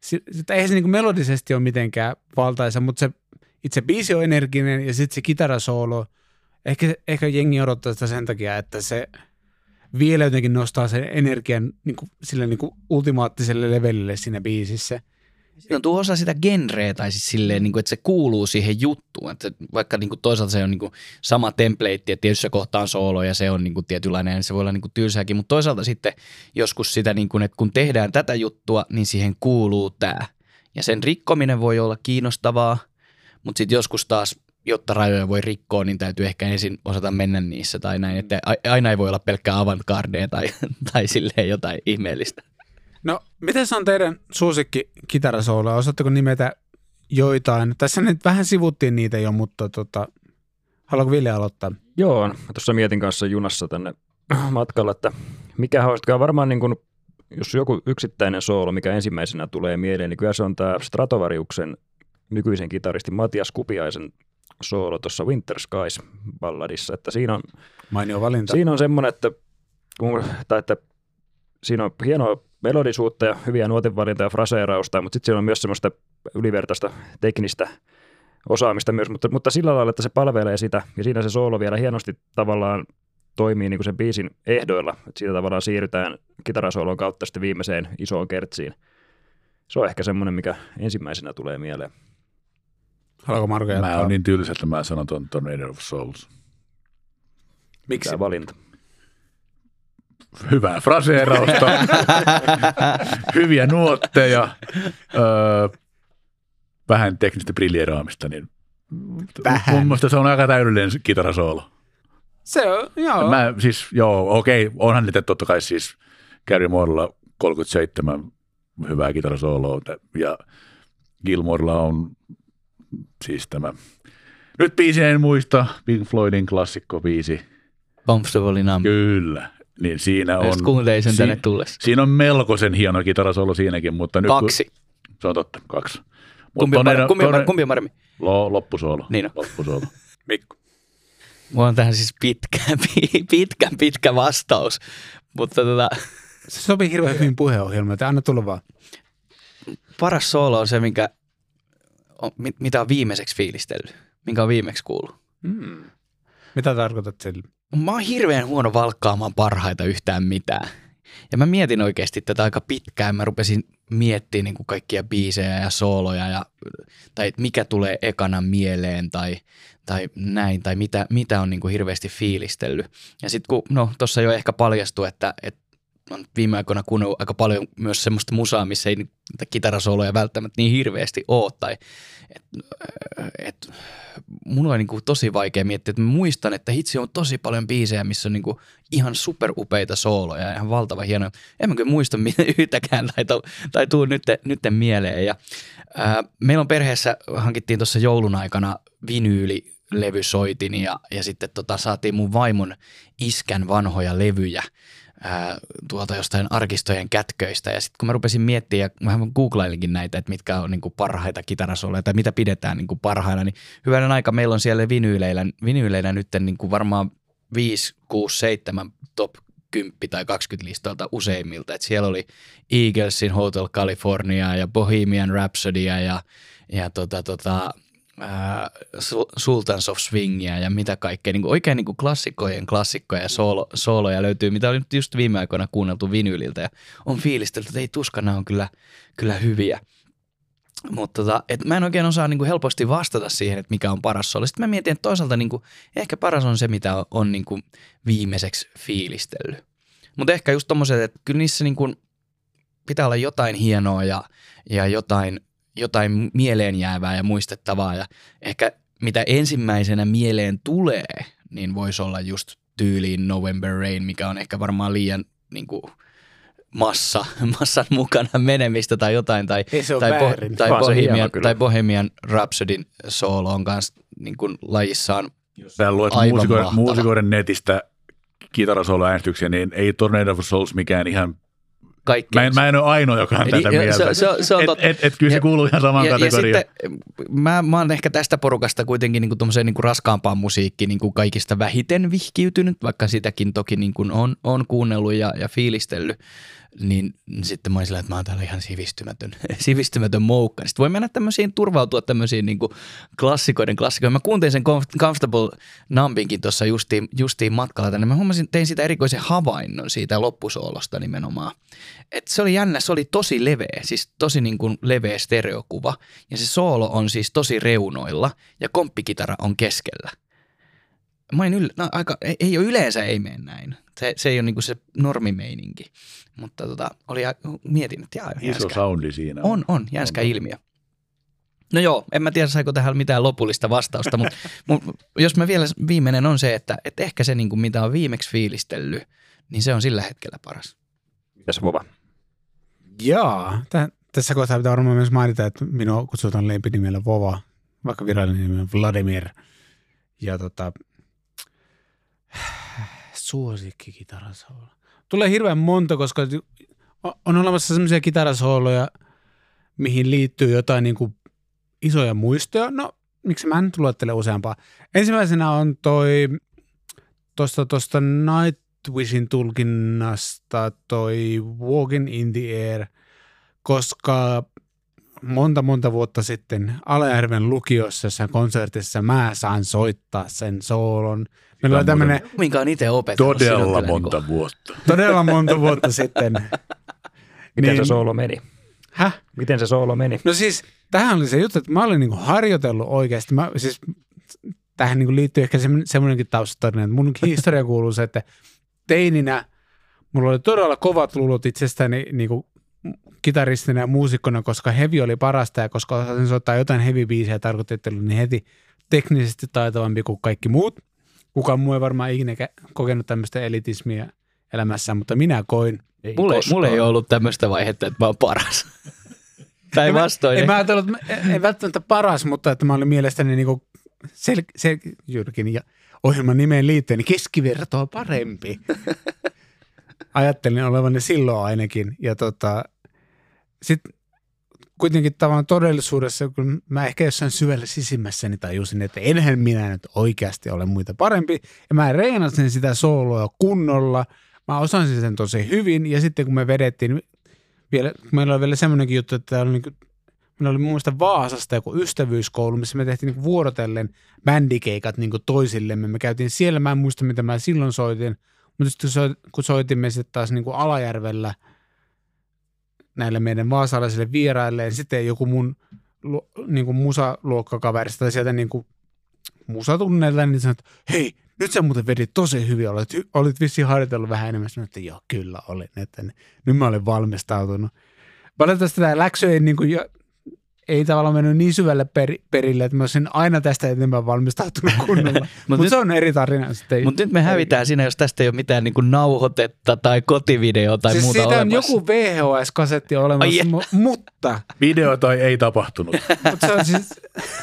eihän se niin kuin melodisesti ole mitenkään valtaisa, mutta se itse biisi on energinen ja sitten se kitarasoolo, ehkä jengi odottaa sitä sen takia, että se vielä jotenkin nostaa sen energian niin kuin, sille niin kuin ultimaattiselle levelille siinä biisissä. Sitten on tuo osa sitä genreä tai siis silleen, niin kuin, että se kuuluu siihen juttuun. Että vaikka niin kuin toisaalta se on niin kuin sama template, että tietyssä kohtaa on soolo ja se on niin kuin tietynlainen, niin se voi olla niin kuin tylsääkin. Mutta toisaalta sitten joskus sitä, niin kuin, että kun tehdään tätä juttua, niin siihen kuuluu tämä. Ja sen rikkominen voi olla kiinnostavaa, mutta sitten joskus taas, jotta rajoja voi rikkoa, niin täytyy ehkä ensin osata mennä niissä tai näin. Että aina ei voi olla pelkkää avantgardea tai silleen jotain ihmeellistä. No, miten se on teidän suosikki kitarasooloa? Osaatteko nimetä joitain? Tässä nyt vähän sivuttiin niitä jo, mutta haluatko Ville aloittaa? Joo, mä tuossa mietin kanssa junassa tänne matkalla, että mikä hauska varmaan niin kuin, jos joku yksittäinen soolo, mikä ensimmäisenä tulee mieleen, niin kyllä se on tämä Stratovariuksen nykyisen kitaristin Matias Kupiaisen soolo tuossa Winter Skies-balladissa, että siinä on mainio valinta. Siinä on semmoinen, että siinä on hienoa melodisuutta ja hyviä nuotinvalintoja ja fraseerausta, mutta sitten siinä on myös semmoista ylivertaista teknistä osaamista myös, mutta sillä lailla, että se palvelee sitä, ja siinä se soolo vielä hienosti tavallaan toimii niin kuin sen biisin ehdoilla, että siitä tavallaan siirrytään kitarasoolon kautta sitten viimeiseen isoon kertsiin. Se on ehkä semmoinen, mikä ensimmäisenä tulee mieleen. Haluatko Marko jatkaa? Mä oon niin tylsä, että mä sanon tuon Tornado of Souls. Miksi? Tämä valinta. Hyvää fraseerausta, hyviä nuotteja, vähän teknistä briljeeraamista, niin vähän. mun mielestä se on aika täydellinen kitarasoolo. Se on, joo. Okei, onhan niitä totta kai siis Gary Moorella 37 hyvää kitarasooloa ja Gilmorella on siis tämä, nyt biisi en muista, Pink Floydin klassikkobiisi. Comfortable Numb. Kyllä. Niin siinä on, kuuntelin sen tänne tullessa. Siinä on melkoisen hieno kitarasoolo siinäkin, mutta nyt 2. Se on totta, 2. Kumpi on paremmin? Loppusoolo. Niin on. Loppusoolo. Mikko. Mulla on tähän siis pitkä vastaus, mutta Se sopii hirveän hyvin puheenohjelmaan, että anna tulla vaan. Paras soolo on se, mitä on viimeiseksi fiilistellyt, minkä on viimeksi kuullut. Mitä tarkoitat sille? Mä oon hirveän huono valkkaamaan parhaita yhtään mitään. Ja mä mietin oikeasti tätä aika pitkään. Mä rupesin miettimään niin kuin kaikkia biisejä ja sooloja, tai mikä tulee ekana mieleen tai näin, tai mitä on niin kuin hirveästi fiilistellyt. Ja sitten kun, tuossa jo ehkä paljastui, että on viime aikoina kuunnellut aika paljon myös semmoista musaa, missä ei niitä kitarasooloja välttämättä niin hirveästi ole, tai mun on niin kuin tosi vaikea miettiä, että mä muistan, että hitsi on tosi paljon biisejä, missä on niin kuin ihan superupeita sooloja ja ihan valtava hienoja. En mä kyllä muista yhtäkään tai tuu nyt mieleen. Ja, meillä on perheessä, hankittiin tuossa joulun aikana vinyylilevysoitin ja sitten saatiin mun vaimon iskän vanhoja levyjä tuolta jostain arkistojen kätköistä. Ja sitten kun mä rupesin miettimään ja vähän googlailinkin näitä, että mitkä on niinku parhaita kitarasooloja tai mitä pidetään niinku parhaina, niin hyvänen aika meillä on siellä vinyyleillä nyt niinku varmaan 5, 6, 7 top 10 tai 20 listalta useimmilta. Et siellä oli Eaglesin Hotel California ja Bohemian Rhapsodya ja Sultans of Swingia ja mitä kaikkea, niin oikein niin klassikkoja ja sooloja löytyy, mitä oli nyt just viime aikoina kuunneltu vinyyliltä ja on fiilistelty, että ei tuska, nämä on kyllä hyviä. Mutta mä en oikein osaa niin kuin helposti vastata siihen, että mikä on paras soolo. Sitten mä mietin, että toisaalta niin kuin, ehkä paras on se, mitä on niin kuin viimeiseksi fiilistellyt. Mutta ehkä just tommoset, että kyllä niissä niin kuin pitää olla jotain hienoa ja jotain mieleen jäävää ja muistettavaa ja ehkä mitä ensimmäisenä mieleen tulee, niin voisi olla just tyyliin November Rain, mikä on ehkä varmaan liian niin kuin massan mukana menemistä tai jotain, tai Bohemian Rhapsodyn soolo on kanssa niin kuin lajissaan sä luet muusikoiden netistä kitarasooloäänestyksiä, niin ei Tornado of Souls mikään ihan Mä en ole ainoa, joka on tätä mieltä. Se on totta. Kyllä se kuuluu ihan samaan kategoriaan. Ja sitten mä oon ehkä tästä porukasta kuitenkin niin tuommoiseen niin raskaampaan musiikkiin niin kaikista vähiten vihkiytynyt, vaikka sitäkin toki niin on kuunnellut ja fiilistellyt. niin sitten mä olin sillä, että mä oon täällä ihan sivistymätön moukka. Sitten voi mennä turvautua tämmöisiin niin kuin klassikoiden. Mä kuuntelin sen Comfortable Numbinkin tuossa justiin matkalla tänne. Mä tein siitä erikoisen havainnon siitä loppusoolosta nimenomaan. Että se oli jännä, se oli tosi leveä, siis tosi niin kuin leveä stereokuva. Ja se soolo on siis tosi reunoilla ja komppikitara on keskellä. Ei ole yleensä ei mene näin. Se ei ole niinku se normimeininki. Mutta mietin, että iso jänskä. Soundi siinä. On jänskä ilmiö. No joo, en mä tiedä saiko tähän mitään lopullista vastausta, mutta jos mä vielä viimeinen on se, että ehkä se niinku, mitä on viimeksi fiilistellyt, niin se on sillä hetkellä paras. Mitäs Vova? Jaa, tässä kohtaa pitää varmaan myös mainita, että minua kutsutaan lempinimellä Vova, vaikka virallinen nimi on Vladimir. Ja suosikki kitarasoolo. Tulee hirveän monta, koska on olemassa sellaisia kitarasooloja, mihin liittyy jotain niin kuin isoja muistoja. No, miksi mä en luettele useampaa. Ensimmäisenä on tuosta Nightwishin tulkinnasta toi Walking in the Air, koska monta vuotta sitten Alajärven lukiossa jossain konsertissa mä saan soittaa sen soolon. Meillä oli tämmöinen... Minkä on itse opetellut. Todella monta vuotta. Todella monta vuotta sitten. Miten se soolo meni? Häh? Miten se soolo meni? No siis, tähän oli se juttu, että mä olin niinku harjoitellut oikeasti. Tähän niinku liittyy ehkä semmoinenkin taustatarina, että mun historia kuuluu se, että teininä mulla oli todella kovat luulot itsestäni niinku kitaristina ja muusikkona, koska heavy oli parasta ja koska osasin soittaa jotain heavy-biisejä, tarkoitti, että olin heti teknisesti taitavampi kuin kaikki muut. Kukaan muu ei varmaan ikinä kokenut tämmöistä elitismiä elämässään, mutta minä koin. Mulla ei ollut tämmöistä vaihetta, että mä oon paras. Päinvastoin. En mä ajatellut, ei välttämättä paras, mutta että mä olin mielestäni niinku Jyrkin ja ohjelman nimeen liittyen keskivertoa parempi. Ajattelin olevani silloin ainakin. Ja sitten kuitenkin tavallaan todellisuudessa, kun mä ehkä jossain syvällä sisimmässäni tajusin, että enhän minä nyt oikeasti ole muita parempi. Ja mä reenasin sitä sooloa kunnolla. Mä osasin sen tosi hyvin. Ja sitten kun me vedettiin, meillä oli vielä semmoinenkin juttu, että meillä oli mun mielestä Vaasasta joku ystävyyskoulu, missä me tehtiin niin vuorotellen bändikeikat niin toisillemme. Me käytiin siellä, mä en muista mitä mä silloin soitin, mutta sitten kun soitimme sitten taas niin Alajärvellä näille meidän vaasalaisille vieraille, niin sitten joku mun niin musaluokkakaverista tai sieltä niin musatunneilta, niin sanoi, että hei, nyt sä muuten vedit tosi hyvin, olit vissiin harjoitellut vähän enemmän, sanoin, että joo, kyllä olin, että nyt mä olen valmistautunut. Valitettavasti tämä läksy ei tavallaan mennyt niin syvälle perille, että mä olisin aina tästä eteenpäin valmistautunut kunnolla. Mutta se on eri tarina. Mutta nyt me hävitään siinä, jos tästä ei ole mitään niin kuin nauhoitetta tai kotivideo tai siis muuta olemassa. Siitä on joku VHS-kasetti olemassa, mutta... Video tai ei tapahtunut. Mutta se on siis...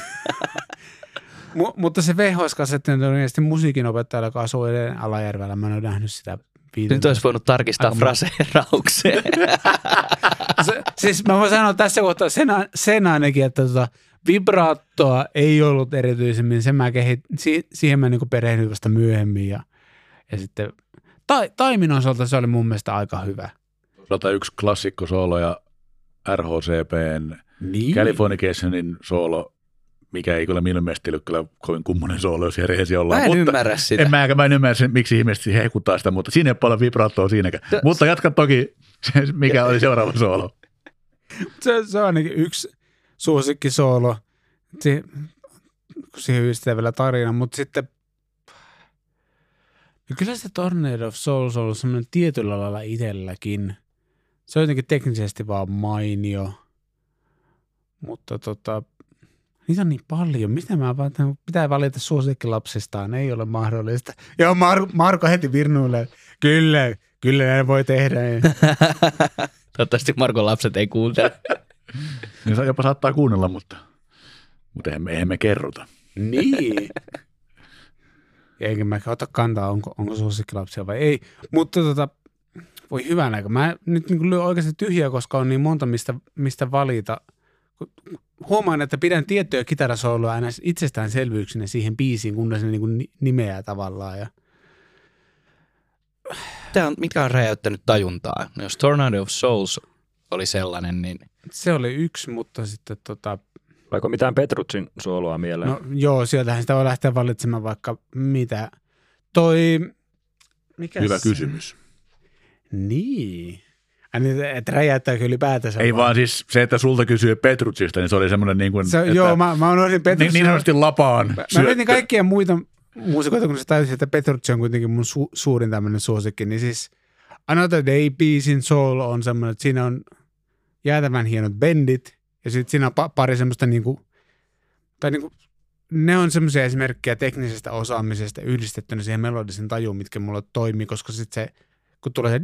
Mutta se VHS-kasetti on todennäköisesti musiikinopettaja, joka asuu edelleen Alajärvellä. Mä en ole nähnyt sitä videota. Nyt olisi voinut tarkistaa fraseeraukseen. Siis mä voin sanoa tässä kohtaa sen ainakin, että vibraattoa ei ollut erityisemmin. Siihen mä niin perehdyin vasta myöhemmin. Ja sitten taimin osalta se oli mun mielestä aika hyvä. Yksi klassikko soolo ja RHCPn Californicationin soolo, mikä ei kyllä minun mielestä ole kyllä kovin kummonen soolo, jos rehellisesti ollaan. Mä en ymmärrä sitä. Mä en ymmärrä, miksi ihmiset hekuttaa sitä, mutta siinä ei ole paljon vibraattoa siinäkään. Mutta jatka toki, mikä oli seuraava soolo. Se on ainakin yksi suosikkisoolo, kun siihen yhdistetään vielä tarina, mutta sitten kyllä se Tornado of Souls on ollut semmoinen tietyllä lailla itselläkin. Se on jotenkin teknisesti vaan mainio, mutta niitä on niin paljon. Mistä mä vaan, pitää valita suosikkilapsistaan, ei ole mahdollista. Joo, Marko heti virnuille. Kyllä näin voi tehdä. Toivottavasti Markon lapset ei kuuntele. Jopa saattaa kuunnella, mutta eihän me kerrota. Niin. Eikä mä ota kantaa, onko suosikkilapsia vai ei. Mutta voi hyvän aika. Mä nyt niin lyön oikeasti tyhjää, koska on niin monta, mistä valita. Huomaan, että pidän tiettyjä kitarasooloja aina itsestäänselvyyksinä siihen biisiin, kunnes ne niin nimeää tavallaan. Ja mitkä on räjäyttänyt tajuntaa? No, jos Tornado of Souls oli sellainen, niin... Se oli yksi, mutta sitten Vaiko mitään Petrucin sooloa mieleen? No joo, sieltähän sitä voi lähteä valitsemaan vaikka mitä. Hyvä kysymys. Niin. Että räjäyttääkö ylipäätänsä? Ei vaan siis se, että sulta kysyy Petrucista, niin se oli semmoinen niin kuin... Joo, mä unohdin Petrucin. Niin sanotusti lapaan. Mä mietin kaikkia muita muusikoita, kun se täysin, että Petrucci on kuitenkin mun suurin tämmöinen suosikki. Niin siis Another Day-biisin soul on semmoinen, että siinä on jäätävän hienot bendit. Ja sitten siinä on pari semmoista niinku, ne on semmoisia esimerkkejä teknisestä osaamisesta yhdistettynä siihen melodisen tajuun, mitkä mulla toimii, koska sitten se, kun tulee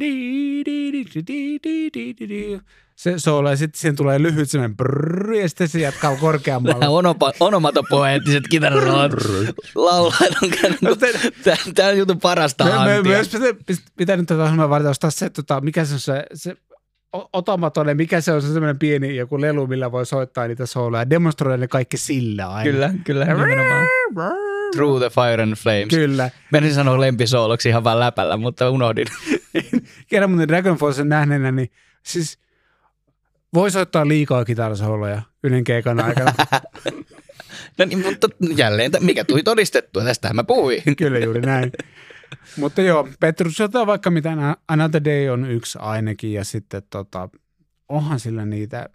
se soolo ja sitten siihen tulee lyhyt semmoinen brrrr ja sitten se jatkaa korkeammalla. Vähän onomatopoeettiset kitarasoolot laulajat on käynyt. Tämä on jutun parasta antia. Me olisi pitänyt ohjelmaa varten ostaa se, mikä se on se otomaton, mikä se on semmoinen pieni joku lelu, millä voi soittaa niitä sooloja ja demonstroida ne kaikki sillä aina. Kyllä, nimenomaan. Through the Fire and Flames. Kyllä. Menisin sanoa lempisooloksi ihan vaan läpällä, mutta unohdin. Kerran muuten Dragon Forcen nähneenä, niin siis voi soittaa liikaa kitarasooloja yhden keikan aikana. No niin, mutta jälleen, mikä tuli todistettua, tästähän mä puhuin. Kyllä juuri näin. Mutta joo, Petrus ottaa vaikka mitään, Another Day on yksi ainakin ja sitten onhan sillä niitä,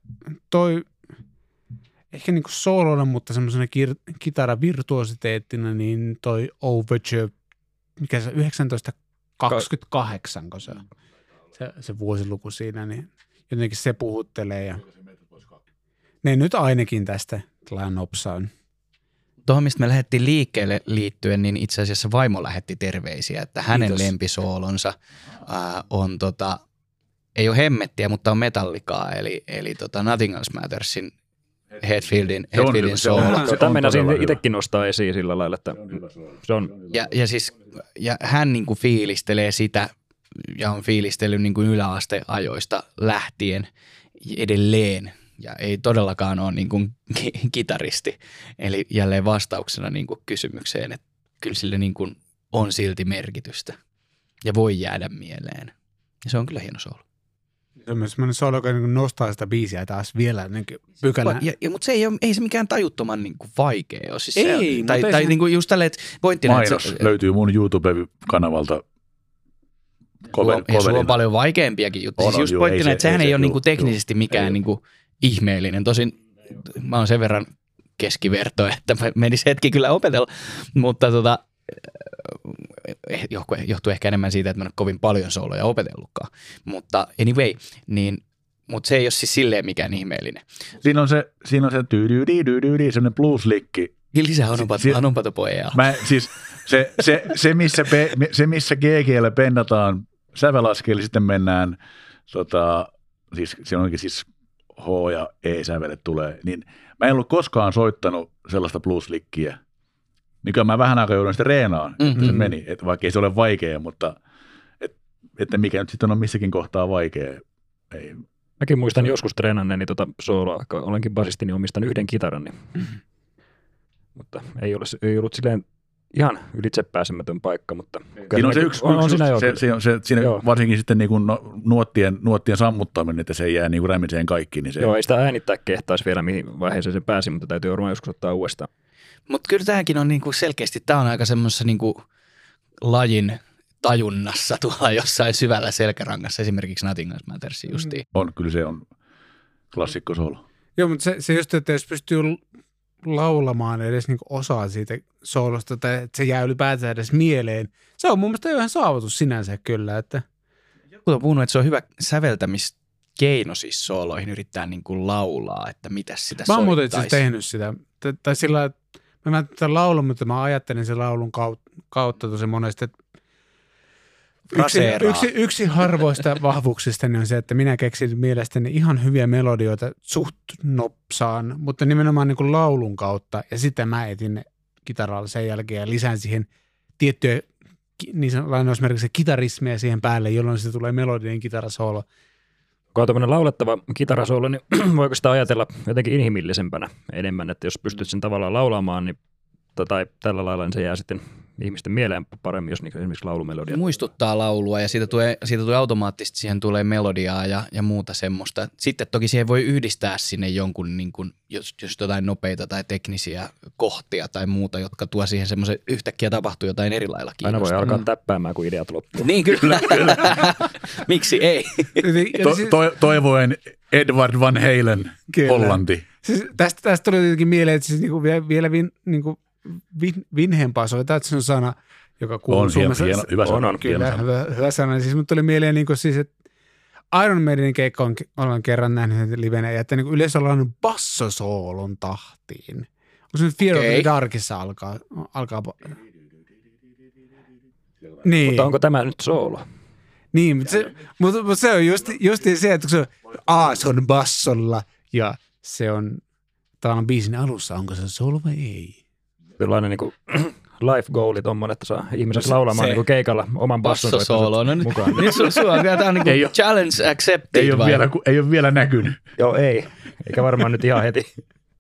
ehkä niinku soolona, mutta semmoisena kitaravirtuositeettina, niin toi Overture, mikä se 1928, kun se vuosiluku siinä, niin jotenkin se puhuttelee ja ne nyt ainakin tästä nopsaan. Tuohon, mistä me lähdettiin liikkeelle liittyen, niin itse asiassa vaimo lähetti terveisiä, että hänen lempisoolonsa on ei ole hemmettiä, mutta on metallikaa, eli Nothing Else Mattersin Hetfieldin soolo. Tämä meinasin itsekin nostaa esiin sillä lailla, että se on. Ja hän niin kuin fiilistelee sitä ja on fiilistellyt niin kuin yläasteajoista lähtien edelleen. Ja ei todellakaan ole niin kuin kitaristi. Eli jälleen vastauksena niin kuin kysymykseen, että kyllä sille niin kuin on silti merkitystä ja voi jäädä mieleen. Ja se on kyllä hieno soolo. Se on myös sellainen soolo, joka niin nostaa sitä biisiä taas vielä niin pykälän. Mutta se ei se mikään tajuttoman niin kuin vaikea ole. Siis ei. Tai niin kuin just tälleen, että pointtina. Mainos löytyy mun YouTube-kanavalta. Ja sulla on paljon vaikeampiakin juttuja. Siis just pointtina, että sehän ei ole niin kuin teknisesti mikään niin kuin ihmeellinen. Tosin mä oon sen verran keskiverto, että menisi hetki kyllä opetella, mutta johtuu ehkä enemmän siitä, että mä en ole kovin paljon sooloja opetellutkaan. Mutta anyway, mutta se ei ole siis silleen mikään ihmeellinen. Siinä on se semmoinen blues-likki. Lisää onomatopoeaa. Siis se missä GG:llä pennataan sävelaskeella, sitten mennään, siis se onkin siis H ja E-sävelet tulee, niin mä en ollut koskaan soittanut sellaista blues-likkiä. Nykyään mä vähän aikaa joudun sitä reenaan, että se meni, että vaikka ei se ole vaikea, mutta että mikä nyt sitten on missäkin kohtaa vaikea. Ei. Mäkin muistan joskus treenanneeni sooloa, kun olenkin basisti, niin omistan yhden kitaran, niin. Mutta ei ollut silleen ihan ylitsepääsemätön paikka, mutta siinä on se yksi siinä varsinkin sitten niin kuin nuottien sammuttaminen, että se ei jää niin kuin rämiseen kaikki. Niin se. Joo, ei sitä äänittää kehtaisi vielä, mihin vaiheeseen se pääsi, mutta täytyy varmaan joskus ottaa uudestaan. Mutta kyllä tämäkin on niinku selkeästi, tämä on aika semmoisessa niinku lajin tajunnassa tuolla jossain syvällä selkärangassa, esimerkiksi Nothing Else Matters justiin. On, kyllä se on klassikko soolo. Joo, mutta se just, että jos pystyy laulamaan edes niinku osaa siitä soolosta, tai että se jää ylipäätään edes mieleen, se on mun mielestä ihan saavutus sinänsä kyllä. Että. Joku on puhunut, että se on hyvä säveltämiskeino siis sooloihin yrittää niinku laulaa, että mitä sitä soittaisi. Mä oon muuten itse tehnyt sitä, tai sillä, että mä en laulun, mutta mä ajattelin sen laulun kautta tosi monesti, että yksi harvoista vahvuuksista on se, että minä keksin mielestäni ihan hyviä melodioita suht nopsaan, mutta nimenomaan niin kuin laulun kautta. Ja sitten mä etin ne kitaralla sen jälkeen ja lisään siihen tiettyjä niin lainausmerkissä kitarismeja siihen päälle, jolloin se tulee melodinen kitarasoolo. Kun on tämmöinen laulettava kitarasoolo, niin voiko sitä ajatella jotenkin inhimillisempänä enemmän, että jos pystyt sen tavallaan laulamaan, niin tai tällä lailla niin se jää sitten ihmisten mieleen paremmin, jos niin esimerkiksi laulumelodia. Muistuttaa laulua ja siitä tulee automaattisesti, siihen tulee melodiaa ja muuta semmoista. Sitten toki siihen voi yhdistää sinne jonkun, niin kuin, jos jotain nopeita tai teknisiä kohtia tai muuta, jotka tuo siihen semmoisen yhtäkkiä tapahtuu jotain eri lailla kiinnostaa. Aina voi alkaa täppäämään, kun ideat loppuu. Niin kyllä. Miksi ei? Toivoen Edward Van Halen, Hollanti. Siis tästä tuli jotenkin mieleen, että siis niinku vielä vinheempaa soittaa, se on sana, joka kuuluu Suomessa. Hyvä sana. On kyllä, hyvä sana. Siis mut tuli mieleen, niinku, siis, että Iron Maidenin keikka ollaan kerran nähnyt livenä, ja että niinku yleensä ollaan bassosoolon tahtiin. Onko se nyt Fear of the Darkissa alkaa? Niin. Mutta onko tämä nyt soolo? Niin, mutta se on justiin se, että se on bassolla ja se on tavallaan biisin alussa, onko se soolo vai ei? Kyllä aina niin life goali tommoinen, että saa ihmiset laulamaan niin keikalla oman basson mukaan. Nyt sulla on tämä niin challenge accepted. Ei ole vielä näkynyt. Joo, ei. Eikä varmaan nyt ihan heti.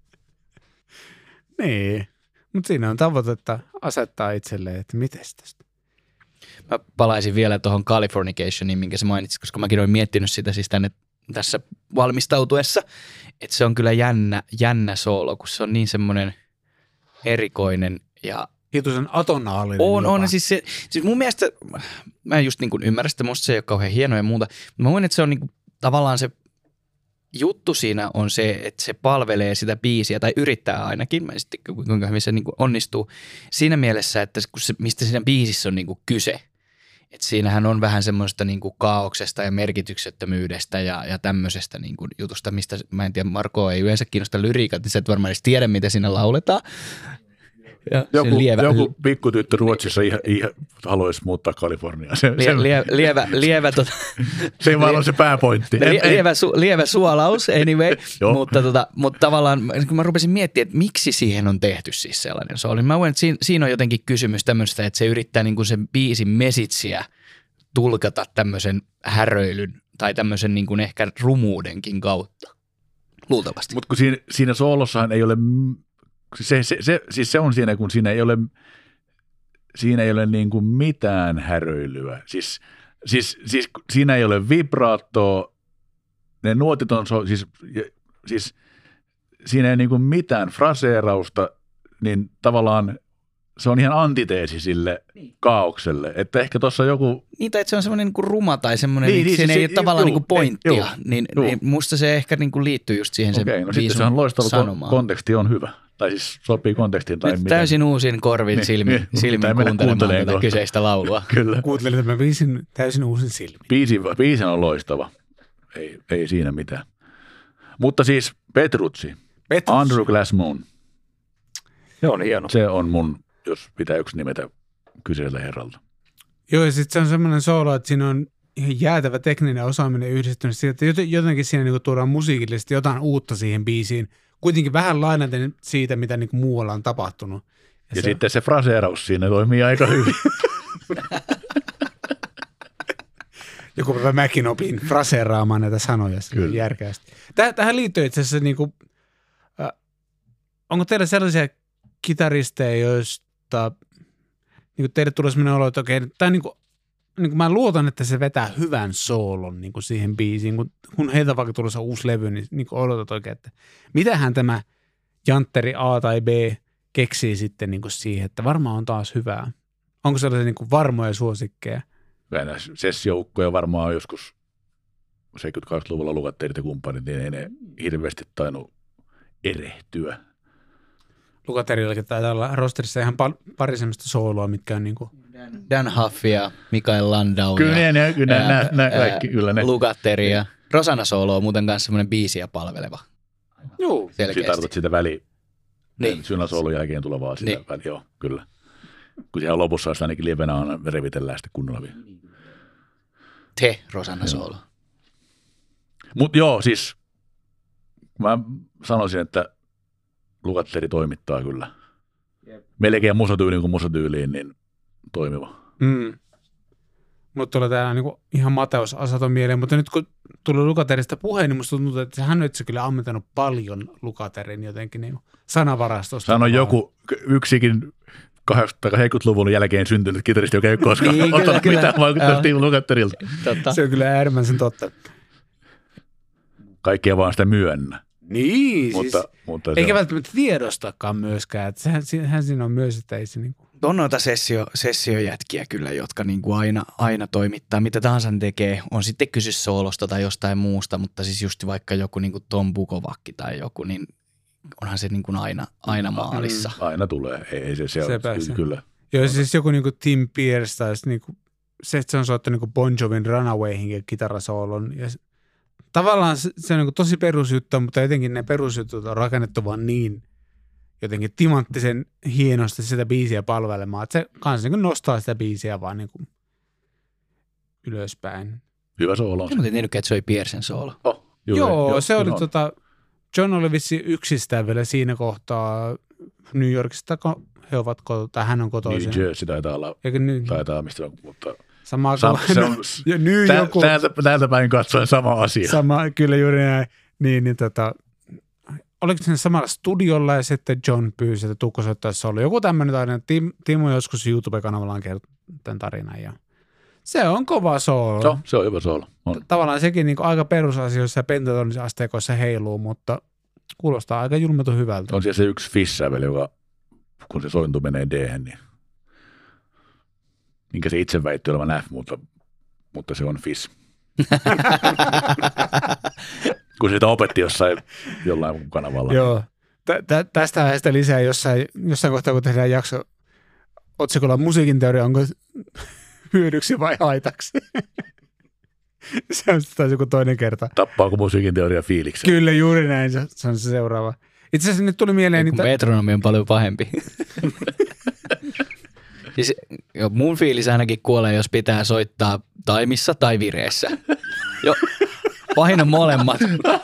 Niin, mutta siinä on tavoitetta asettaa itselleen, että miten tästä. Mä palaisin vielä tuohon Californicationiin, minkä sä mainitsit, koska mäkin olen miettinyt sitä siis tässä valmistautuessa, että se on kyllä jännä soolo, kun se on niin semmoinen erikoinen ja hituisen atonaalinen. On siis mun mielestä, mä en just niin kuin ymmärrä sitä, musta se ei ole kauhean hieno ja muuta, mutta mä voin, että se on niin kuin, tavallaan se juttu siinä on se, että se palvelee sitä biisiä, tai yrittää ainakin, mä sitten kuinka hyvin se niin kuin onnistuu, siinä mielessä, että mistä siinä biisissä on niin kuin kyse. Että siinähän on vähän semmoista niin kuin kaauksesta ja merkityksettömyydestä ja tämmöisestä niin kuin jutusta, mistä mä en tiedä, Marko ei yleensä kiinnosta lyriikat, niin sä et varmaan edes tiedä, mitä siinä lauletaan. Ja joku pikkutyttö Ruotsissa ihan haluaisi muuttaa Kaliforniaan. Lievä se ei vaan ole se pääpointti. Lievä suolaus, anyway. mutta tavallaan, kun mä rupesin miettimään, että miksi siihen on tehty siis sellainen sooli. Mä voin, että siinä on jotenkin kysymys tämmöistä, että se yrittää niin kuin sen biisin mesitsiä tulkata tämmöisen häröilyn tai tämmöisen niin kuin ehkä rumuudenkin kautta. Luultavasti. Mutta kun siinä soolossahan ei ole se on siinä, kun siinä ei ole niin kuin mitään häröilyä. Siis siinä ei ole vibraattoa, ne nuotit on, siis siinä ei niin kuin mitään fraseerausta, niin tavallaan se on ihan antiteesi sille kaaukselle. Että ehkä tuossa joku niin, tai että se on semmoinen niin kuin ruma tai semmoinen, niin, siinä ei ole tavallaan niin kuin pointtia. Niin musta se ehkä niin kuin liittyy just siihen se no sitten se on loistava, konteksti on hyvä. Tai siis sopii kontekstiin. Tai nyt täysin uusin korvin silmin kuuntelemaan tätä kyseistä laulua. Kyllä. Kuuntelin tämän biisin täysin uusin silmin. Biisi on loistava. Ei siinä mitään. Mutta siis Petrucci. Under Glass Moon. Se on hieno. Se on mun, jos pitää yksi nimetä kyseellä herralta. Joo, ja sitten se on semmoinen soolo, että siinä on ihan jäätävä tekninen osaaminen yhdistynyt siitä, että jotenkin siinä niinku tuodaan musiikillisesti jotain uutta siihen biisiin. Kuitenkin vähän lainaten siitä, mitä niinku muualla on tapahtunut. Ja sitten se fraseeraus siinä toimii aika hyvin. Joku päivä mäkin opin fraseeraamaan näitä sanoja järkeästi. Tähän liittyy itse asiassa, niinku, onko teillä sellaisia kitaristeja, joista niinku teille tulee sellainen olo, että okei, tai niinku mä luotan, että se vetää hyvän soolon niinku siihen biisiin, kun heiltä vaikka tulossa uusi levy, niin niinku odotat oikein, että mitähän tämä jantteri A tai B keksii sitten niinku siihen, että varmaan on taas hyvää. Onko sellaisia niinku varmoja suosikkeja? Näitä sessioukkoja varmaan on joskus 70-80-luvulla Lukatterit ja kumppanit, niin ei ne hirveästi tainnut erehtyä. Lukatterillakin taitaa olla rosterissa ihan pari semmoista sooloa, mitkä on niinku Dan Huff ja Mikael Landau kyllä ne. Lukatteri ja Rosanna Solo on muuten kanssa semmoinen biisiä palveleva. Joo. Selkeästi. Tarkoitat sitä niin. Synä Soolon jälkeen tulevaa sitä niin. Väliä, joo, kyllä. Kun siellä lopussa sitä ainakin lievenä on, revitellään sitten kunnolla vielä. Rosanna Solo. Mutta joo, siis mä sanoisin, että Lukatteri toimittaa kyllä. Melkein musatyyliin kuin musatyyliin, niin toimiva. Mutta tulee täällä niinku ihan Mateus Asaton mieleen, mutta nyt kun tuli Lukaterista puheen, niin musta tuntuu, että hän on itse kyllä ammentanut paljon Lukaterin jotenkin niinku sanavarastosta. Hän on joku yksikin 80-luvun jälkeen syntynyt kitaristi, joka ei ole koskaan Niin, ottanut kyllä. mitään vaikuttaa Steve Lukatherilta. Totta. Se on kyllä äärimmäisen totta. Kaikki ei vaan sitä myönnä. Niin, Mutta eikä välttämättä tiedostakaan myöskään. Että sehän siinä on myös, että ei se niinku... On noita sessiojätkiä kyllä, jotka niinku aina toimittaa, mitä tahansa ne tekee. On sitten kyse soolosta tai jostain muusta, mutta siis just vaikka joku niinku Tom Bukovakki tai joku, niin onhan se niinku aina maalissa. Aina tulee. Ei se on kyllä. Joo, siis joku niinku Tim Pierce tai niinku, se, että se on soittanut niinku Bon Jovin Runawayhin kitarasoolon. Ja tavallaan se on niinku tosi perusjuttu, mutta jotenkin ne perusjutut on rakennettu vaan niin jotenkin timanttisen hienosti sitä biisiä palvelemaan, että se kanssa niin nostaa sitä biisiä vaan niin ylöspäin. Hyvä soolo on se. En tiennytkään, että se oli Piercen soolo. Joo, se oli John oli vissi yksistään vielä siinä kohtaa New Yorkista, kun hän on kotoisin. New Jersey taitaa olla, mistä on, mutta sama täältä päin katsoen sama asia. Sama, kyllä juuri näin. Oliko se samalla studiolla ja sitten John pyysi, että Tukko soittaisi solo. Joku tämmöinen tarina. Timo joskus YouTube-kanavallaan kertoo tämän tarinan. Ja se on kova soolo. Se on hyvä soolo. Tavallaan sekin niin aika perusasioissa ja pentatonisissa asteikoissa heiluu, mutta kuulostaa aika julmetun hyvältä. On siellä se yksi fissäveli, joka kun se sointu menee D-hän, niin minkä se itse väitti olevan F, mutta se on fis. Kun sitä opetti jollain kanavalla. Joo. Tästä aiheesta lisää jossain kohtaa, kun tehdään jakso otsikolla musiikin teoria, onko hyödyksi vai haitaksi? Se on taas joku toinen kerta. Tappaako musiikin teoria fiiliksen? Kyllä, juuri näin. Se on se seuraava. Itse asiassa nyt tuli mieleen... Metronomi on paljon pahempi. Siis, mun fiilis ainakin kuolee, jos pitää soittaa taimissa tai vireessä. Jo, pahin on molemmat.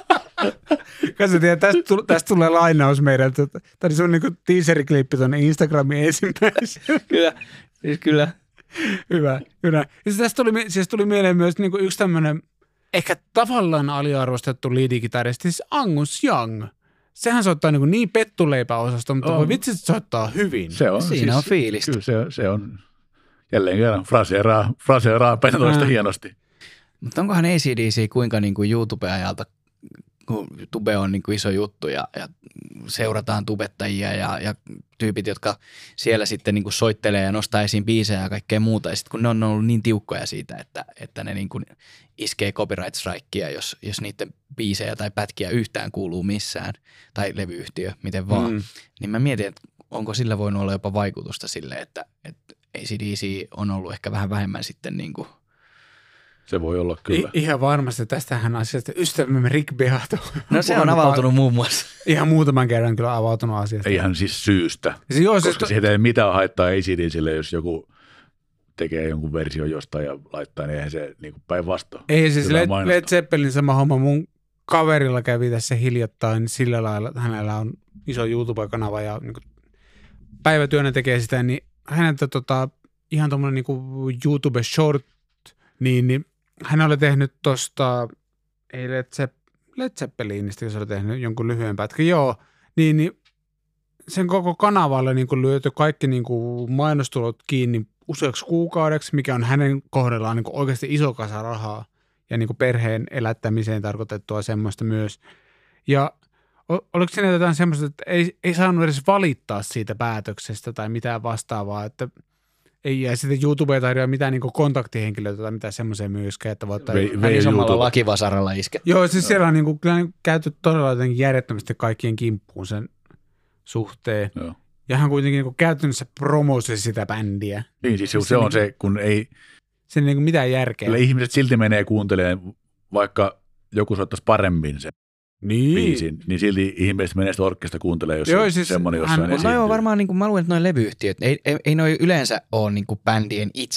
Tästä tulee lainaus meidältä. Tämä oli sun niinku teaser-klippi tuonne Instagramin ensimmäisenä. Kyllä. Hyvä. Ja tästä tuli mieleen myös niinku yksi tämmöinen ehkä tavallaan aliarvostettu lead-kitaristi, siis Angus Young. Sehän soittaa niin pettuleipäosasta, mutta voi vitsi, että soittaa hyvin. Siinä on fiilistä. Kyllä se on jälleen kerran fraseeraa pentoista hienosti. Mutta onkohan AC/DC kuinka niin kuin YouTube-ajalta, kun tube on niin kuin iso juttu ja seurataan tubettajia ja tyypit, jotka siellä sitten niin kuin soittelee ja nostaa esiin biisejä ja kaikkea muuta. Ja sitten kun ne on ollut niin tiukkoja siitä, että ne niin kuin iskee copyright strikea, jos niiden biisejä tai pätkiä yhtään kuuluu missään, tai levyyhtiö, miten vaan, niin mä mietin, että onko sillä voinut olla jopa vaikutusta sille, että AC/DC on ollut ehkä vähän vähemmän sitten niin kuin. Se voi olla kyllä. Ihan varmasti. Tästähän asiasta ystävämme Rick Beato. No se on avautunut muun muassa. Ihan muutaman kerran kyllä avautunut asiasta. Ihan siis syystä. Koska siitä ei mitään haittaa AC/DC:lle, jos joku tekee jonkun versio jostain ja laittaa, niin eihän se niin päinvastoin. Ei siis Led Zeppelin sama homma. Mun kaverilla kävi tässä hiljattain sillä lailla, että hänellä on iso YouTube-kanava ja niin päivätyönä tekee sitä, niin häneltä ihan tommoinen niin YouTube Short, niin hän oli tehnyt tosta, ei Led Zeppelinistä, jos oli tehnyt jonkun lyhyen pätkän, joo, niin sen koko kanavalle niin lyöty kaikki niin mainostulot kiinni useaksi kuukaudeksi, mikä on hänen kohdallaan niin oikeasti iso kasa rahaa ja niin perheen elättämiseen tarkoitettua semmoista myös. Ja oliko siinä jotain semmoista, että ei saanut edes valittaa siitä päätöksestä tai mitään vastaavaa, että ei jää sitten YouTubeen tarjoa mitään niin kontaktihenkilöitä tai mitään semmoisia myöskään, että voi ottaa isommalla lakivasaralla iskeä. Joo, siis siellä on kyllä käyty todella jotenkin järjettömästi kaikkien kimppuun sen suhteen. Joo. Ja hän kuitenkin käytännössä promosi sitä bändiä. Niin, siis se on se, kun ei. Se ei mitään järkeä. Kyllä ihmiset silti menee kuuntelemaan, vaikka joku soittaisi paremmin sen biisin, niin silti ihmiset menee sitä orkesta kuuntelemaan, jos on siis semmoinen jossain esiintyy. No joo, varmaan niin kuin mä luulen, että noin levyyhtiöt, ei noi yleensä ole niin kuin bändien itsensä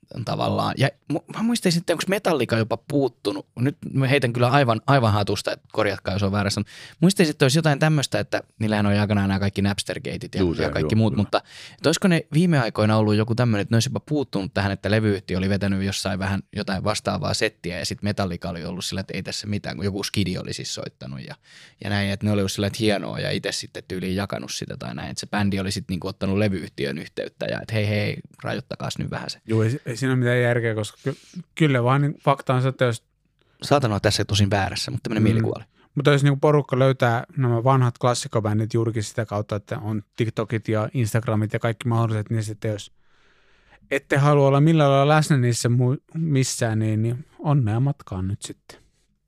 tavallaan. Ja mä muistaisin, että onko Metallica jopa puuttunut, nyt mä heitän kyllä aivan hatusta, että korjatkaa, jos on väärässä. Muistaisin, että olisi jotain tämmöistä, että niillähän on aikanaan nämä kaikki Napster-geitit ja kaikki muut, mutta että olisiko ne viime aikoina ollut joku tämmöinen, että ne olisi jopa puuttunut tähän, että levyyhtiö oli vetänyt jossain vähän jotain vastaavaa settiä ja sitten Metallica oli ollut sillä, että ei tässä mitään, kun joku skidi oli siis soittanut ja näin, että ne oli ollut sillä, että hienoa ja itse sitten tyyliin jakanut sitä tai näin, että se bändi oli sitten niinku ottanut levyyhtiön yhteyttä ja että hei, rajoittakaas nyt vähän se. Joo, ei siinä ole mitään järkeä, koska kyllä vaan niin fakta on se, että jos... Saatan olla tässä tosin väärässä, mutta tämmöinen mielikuva oli. Mutta jos niin porukka löytää nämä vanhat klassikobändit juurikin sitä kautta, että on TikTokit ja Instagramit ja kaikki mahdolliset, niin sitten jos ette halua olla millään lailla läsnä niissä missään, niin onnea matkaan nyt sitten.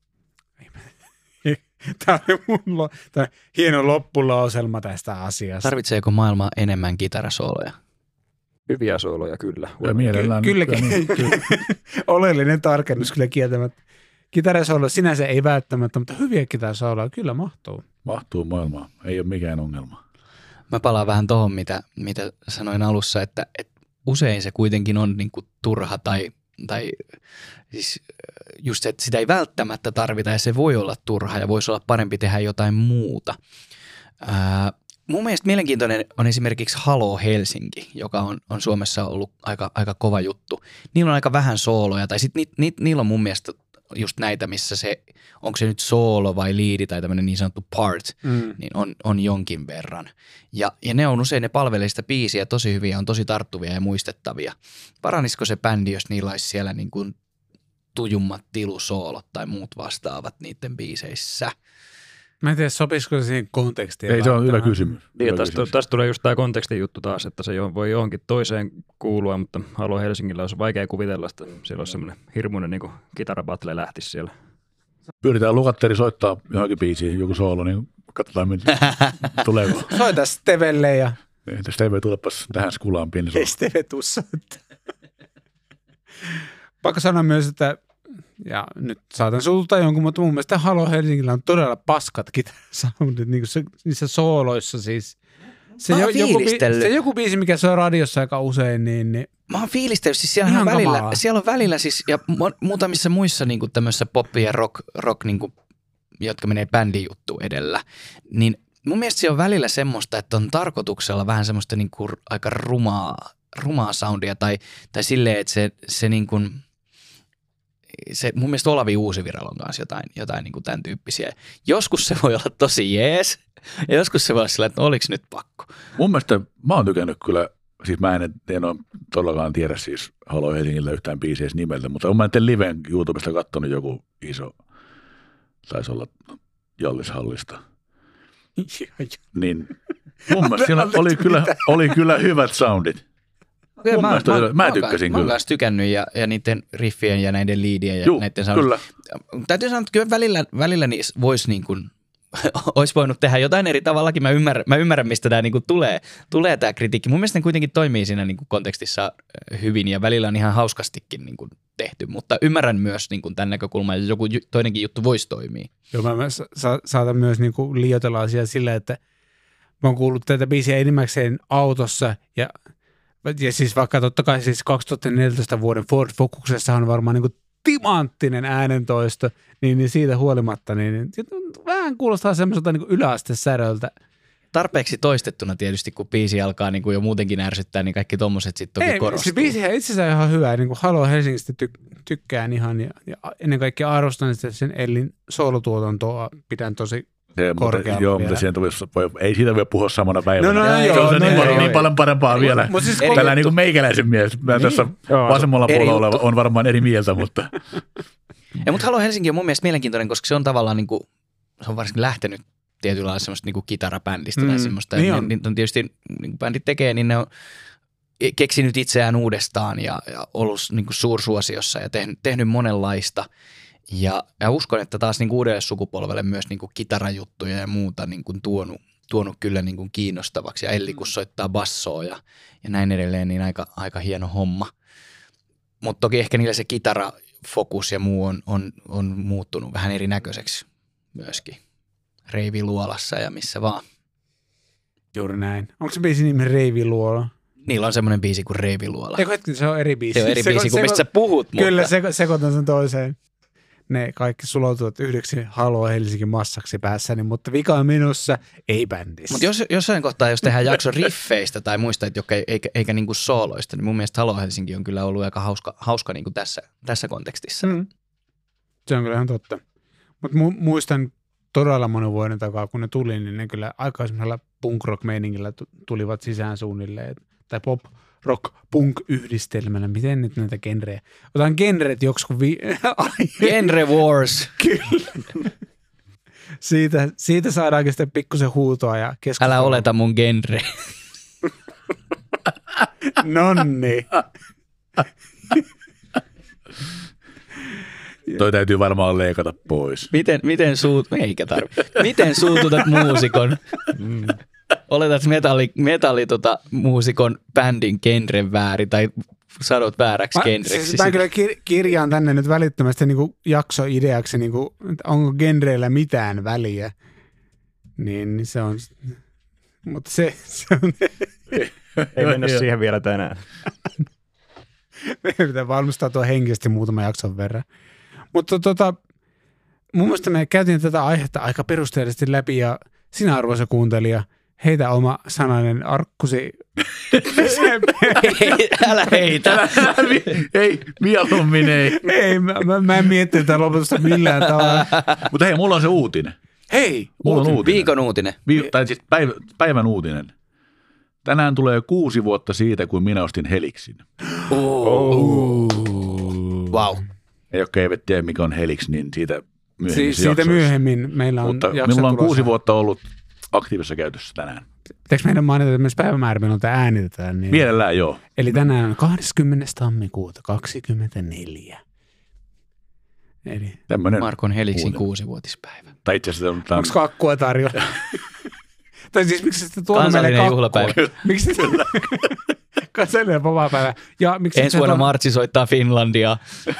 Tämä on hieno loppulauselma tästä asiasta. Tarvitseeko maailma enemmän kitarasooloja? Hyviä sooloja kyllä. Mielellään. Kyllä. Oleellinen tarkennus kyllä kieltämättä. Kitarasoolo sinänsä ei välttämättä, mutta hyviä kitarasooloja kyllä mahtuu. Mahtuu maailmaan. Ei ole mikään ongelma. Mä palaan vähän tuohon, mitä sanoin alussa, että usein se kuitenkin on niin kuin turha tai siis just se, että sitä ei välttämättä tarvita ja se voi olla turha ja voisi olla parempi tehdä jotain muuta. Mun mielestä mielenkiintoinen on esimerkiksi Halo Helsinki, joka on Suomessa ollut aika kova juttu. Niillä on aika vähän sooloja, tai sitten niillä on mun mielestä just näitä, missä se, onko se nyt soolo vai liidi tai tämmöinen niin sanottu part, niin on jonkin verran. Ja ne on usein, ne palvelee sitä biisiä tosi hyviä, on tosi tarttuvia ja muistettavia. Paranisiko se bändi, jos niillä olisi siellä niin kuin tujummat tilusoolot tai muut vastaavat niiden biiseissä? Mä en tiedä, sopisiko se siihen kontekstiin. Ei, se on hyvä kysymys. Niin, tästä tulee just tämä kontekstin juttu taas, että se voi johonkin toiseen kuulua, mutta Halo Helsingillä olisi vaikea kuvitella, että siellä olisi semmoinen hirmuinen niin kitarabattle lähtisi siellä. Pyritään Lukatteri soittaa johonkin biisiin, joku soolo, niin katsotaan, tuleeko. Soita Stevelle ja... Steve, tulepas tähän skulaan pieni soolo. Ei Steve tuu soittaa. Pakko sanoa myös, että ja nyt saatan sulta jonkun, mutta mun mielestä Halo Helsingillä on todella paskat kitarasoundit niin niissä sooloissa siis. Se joku biisi, mikä soi radiossa aika usein, niin mä oon fiilistellyt, siis siellä on välillä siis, ja muutamissa muissa niin kuin tämmöisissä pop- ja rock niin kuin, jotka menee bändin juttu edellä, niin mun mielestä se on välillä semmoista, että on tarkoituksella vähän semmoista niin kuin aika rumaa soundia, tai silleen, että se niin kuin, se, mun mielestä Olavi Uusivirralla on kanssa jotain niin kuin tämän tyyppisiä. Joskus se voi olla tosi jees, ja joskus se voi olla sillä, että oliko nyt pakko. Mun mielestä mä oon tykännyt kyllä, siis mä en ole todellakaan tiedä siis Halo Helsingillä yhtään biisiä nimeltä, mutta mä en liven YouTubesta katsonut joku iso, taisi olla Jallis Hallista. Niin mun mielestä siellä oli kyllä hyvät soundit. Mä tykkäsin kyllä. Mä oon kanssa tykännyt ja niiden riffien ja näiden liidien ja näiden kyllä. Täytyy sanoa, että kyllä välillä niissä voisi niin kuin, olisi voinut tehdä jotain eri tavallakin. Mä ymmärrän mistä tämä niin kuin tulee tämä kritiikki. Mun mielestä ne kuitenkin toimii siinä niin kuin kontekstissa hyvin ja välillä on ihan hauskastikin niin kuin tehty, mutta ymmärrän myös niin kuin tämän näkökulman, että joku toinenkin juttu voisi toimia. Joo, mä saatan myös niin kuin liioitella asiaa sillä, että mä oon kuullut tätä biisiä enimmäkseen autossa ja siis vaikka totta kai siis 2014 vuoden Ford Focuksessa on varmaan niin kuin timanttinen äänentoisto, niin siitä huolimatta niin vähän kuulostaa semmoiselta niin kuin yläastesäröltä. Tarpeeksi toistettuna tietysti, kun biisi alkaa niin kuin jo muutenkin ärsyttää, niin kaikki tommoset sitten toki korostuu. Se biisihän itse asiassa ihan hyvä, niin kuin Halo Helsingistä tykkään ihan ja ennen kaikkea arvostan sen Ellin soolotuotantoa, pidän tosi korkealla. Joo, mutta ei siitä voi puhua samana päivänä. Se on niin paljon parempaa vielä. Siis tällä niin kuin meikäläisen mies. Mä tässä vasemmalla puolella on varmaan eri mieltä, mutta... Mutta Halo Helsinki on mun mielestä mielenkiintoinen, koska se on tavallaan niin kuin, se on varsinkin lähtenyt tietyllä lailla semmoista niin kuin kitarabändistä tai semmoista. Niin on tietysti, niin kuin bändit tekee, niin ne on keksinyt itseään uudestaan ja ollut niin kuin suursuosiossa ja tehnyt monenlaista. Ja uskon, että taas niin kuin uudelle sukupolvelle myös niin kuin kitarajuttuja ja muuta niin kuin tuonut kyllä niin kuin kiinnostavaksi. Ja Elli kun soittaa bassoa ja näin edelleen, niin aika hieno homma. Mutta toki ehkä niillä se kitarafokus ja muu on muuttunut vähän erinäköiseksi myöskin. Reiviluolassa ja missä vaan. Juuri näin. Onko se biisin nimi Reiviluola? Niillä on semmoinen biisi kuin Reiviluola. Eikö hetki, se on eri biisi. Se on eri biisi kuin mistä sä puhut. Kyllä, sekoitan sen toiseen. Ne kaikki sulautuvat yhdeksi Halo Helsinki massaksi päässäni, mutta vika on minussa, ei bändissä. Mutta jossain kohtaa, jos tehdään jakso riffeistä tai muista, jotka eikä niinku sooloista, niin mun mielestä Halo Helsinki on kyllä ollut aika hauska niinku tässä kontekstissa. Se on kyllä ihan totta. Mutta muistan todella monen vuoden takaa, kun ne tuli, niin ne kyllä aika semmoisella punk-rock-meiningillä tulivat sisään suunnilleen. Tai pop-rock-punk-yhdistelmällä. Miten nyt näitä genrejä? Otan genret joksikin Genre Wars. Kyllä. Siitä saadaankin sitten pikkusen huutoa ja keskustelua. Älä oleta mun genre. Nonni. Toi täytyy varmaan leikata pois. Miten suututat muusikon? Oletat muusikon bändin genren väärin tai sanot vääräksi genreksi. Mä kyllä kirjaan tänne nyt välittömästi niin kuin jaksoideaksi, niin kuin, onko genreillä mitään väliä. Niin se on, mutta se on. Ei mennä siihen vielä tänään. Meidän pitää valmistautua henkisesti muutaman jakson verran. Mutta mun mielestä me käytiin tätä aihetta aika perusteellisesti läpi ja sinä arvoisa kuuntelija, heitä oma sanainen arkkusi. Älä heitä. Ei, mieluummin ei. Ei, mä en miettinyt tätä loputusta millään tavalla. Mutta hei, mulla on se uutinen. Hei, mulla on uutinen. Viikon uutinen. Tai siis päivän uutinen. Tänään tulee 6 vuotta siitä, kun minä ostin Helixin. Wow. Ja jotka eivät tiedä, mikä on Helix, niin siitä myöhemmin siitä myöhemmin meillä on mutta jakso minulla on tulossa. 6 vuotta ollut aktiivisessa käytössä tänään. Pitääkö meidän mainita myös päivämäärä, milloin tämä äänitetään? Niin... Mielellään joo. Eli tänään on 20. tammikuuta 24. Eli... Markon Helixin 6-vuotispäivä. Tai itse asiassa on... Onko kakkua tarjolla? Tai siis miksi sitten tuolla meille kansallinen juhlapäivä. Miksi kansallinen vapaapäivä? Ja miksi ensi vuonna Martsi soittaa Finlandia.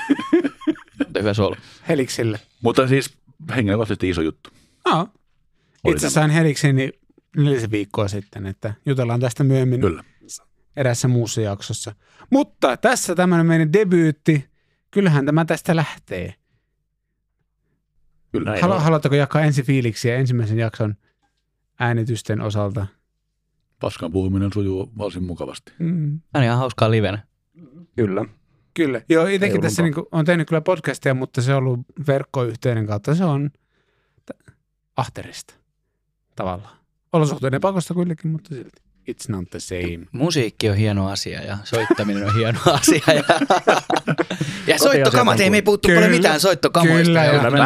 Hyvä solo. Helixille. Mutta siis henkilökohtaisesti iso juttu. Itse asiassa sain Helixin 4 viikkoa sitten, että jutellaan tästä myöhemmin erässä muussa jaksossa. Mutta tässä tämmöinen meidän debyytti. Kyllähän tämä tästä lähtee. Kyllä. Haluatteko jakaa ensi fiiliksiä ensimmäisen jakson äänitysten osalta? Paskan puhuminen sujuu varsin mukavasti. On ihan hauskaa livenä. Kyllä. Joo, itsekin tässä niin on tehnyt kyllä podcastia, mutta se on ollut verkkoyhteyden kautta. Se on ahterista tavallaan. Olosuhteiden pakosta kylläkin, mutta silti. It's not the same. Musiikki on hieno asia ja soittaminen on hieno asia. Ja soittokamat, ei me puhuttu paljon mitään soittokamoista.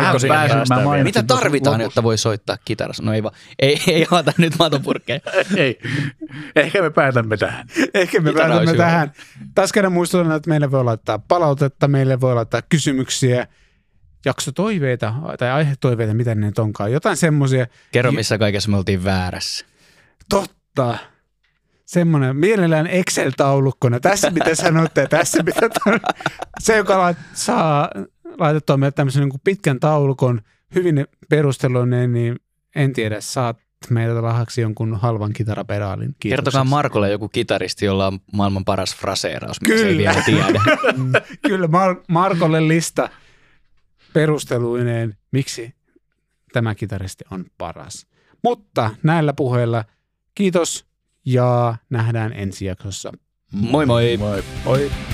Mitä tarvitaan, jotta voi soittaa kitarassa? No ei avata nyt matopurkkeja. Ei. Ehkä me päätämme tähän. Tähän. Taas kerran muistutan, että meille voi laittaa palautetta, meille voi laittaa kysymyksiä, jaksotoiveita tai aihetoiveita, mitä ne nyt onkaan. Jotain semmoisia. Kerro, missä kaikessa me oltiin väärässä. Totta. Semmoinen mielellään Excel-taulukkona. Tässä mitä sanotte, tässä mitä se, joka saa laitettua meille tämmöisen niin kuin pitkän taulukon, hyvin perusteluinen, niin en tiedä, saat meiltä lahaksi jonkun halvan kitarapedaalin. Kertokaa Markolle joku kitaristi, jolla on maailman paras fraseeraus, mitä se ei vielä tiedä. Kyllä, Markolle lista perusteluineen, miksi tämä kitaristi on paras. Mutta näillä puheilla kiitos. Ja nähdään ensi jaksossa. Moi moi. Moi. Moi.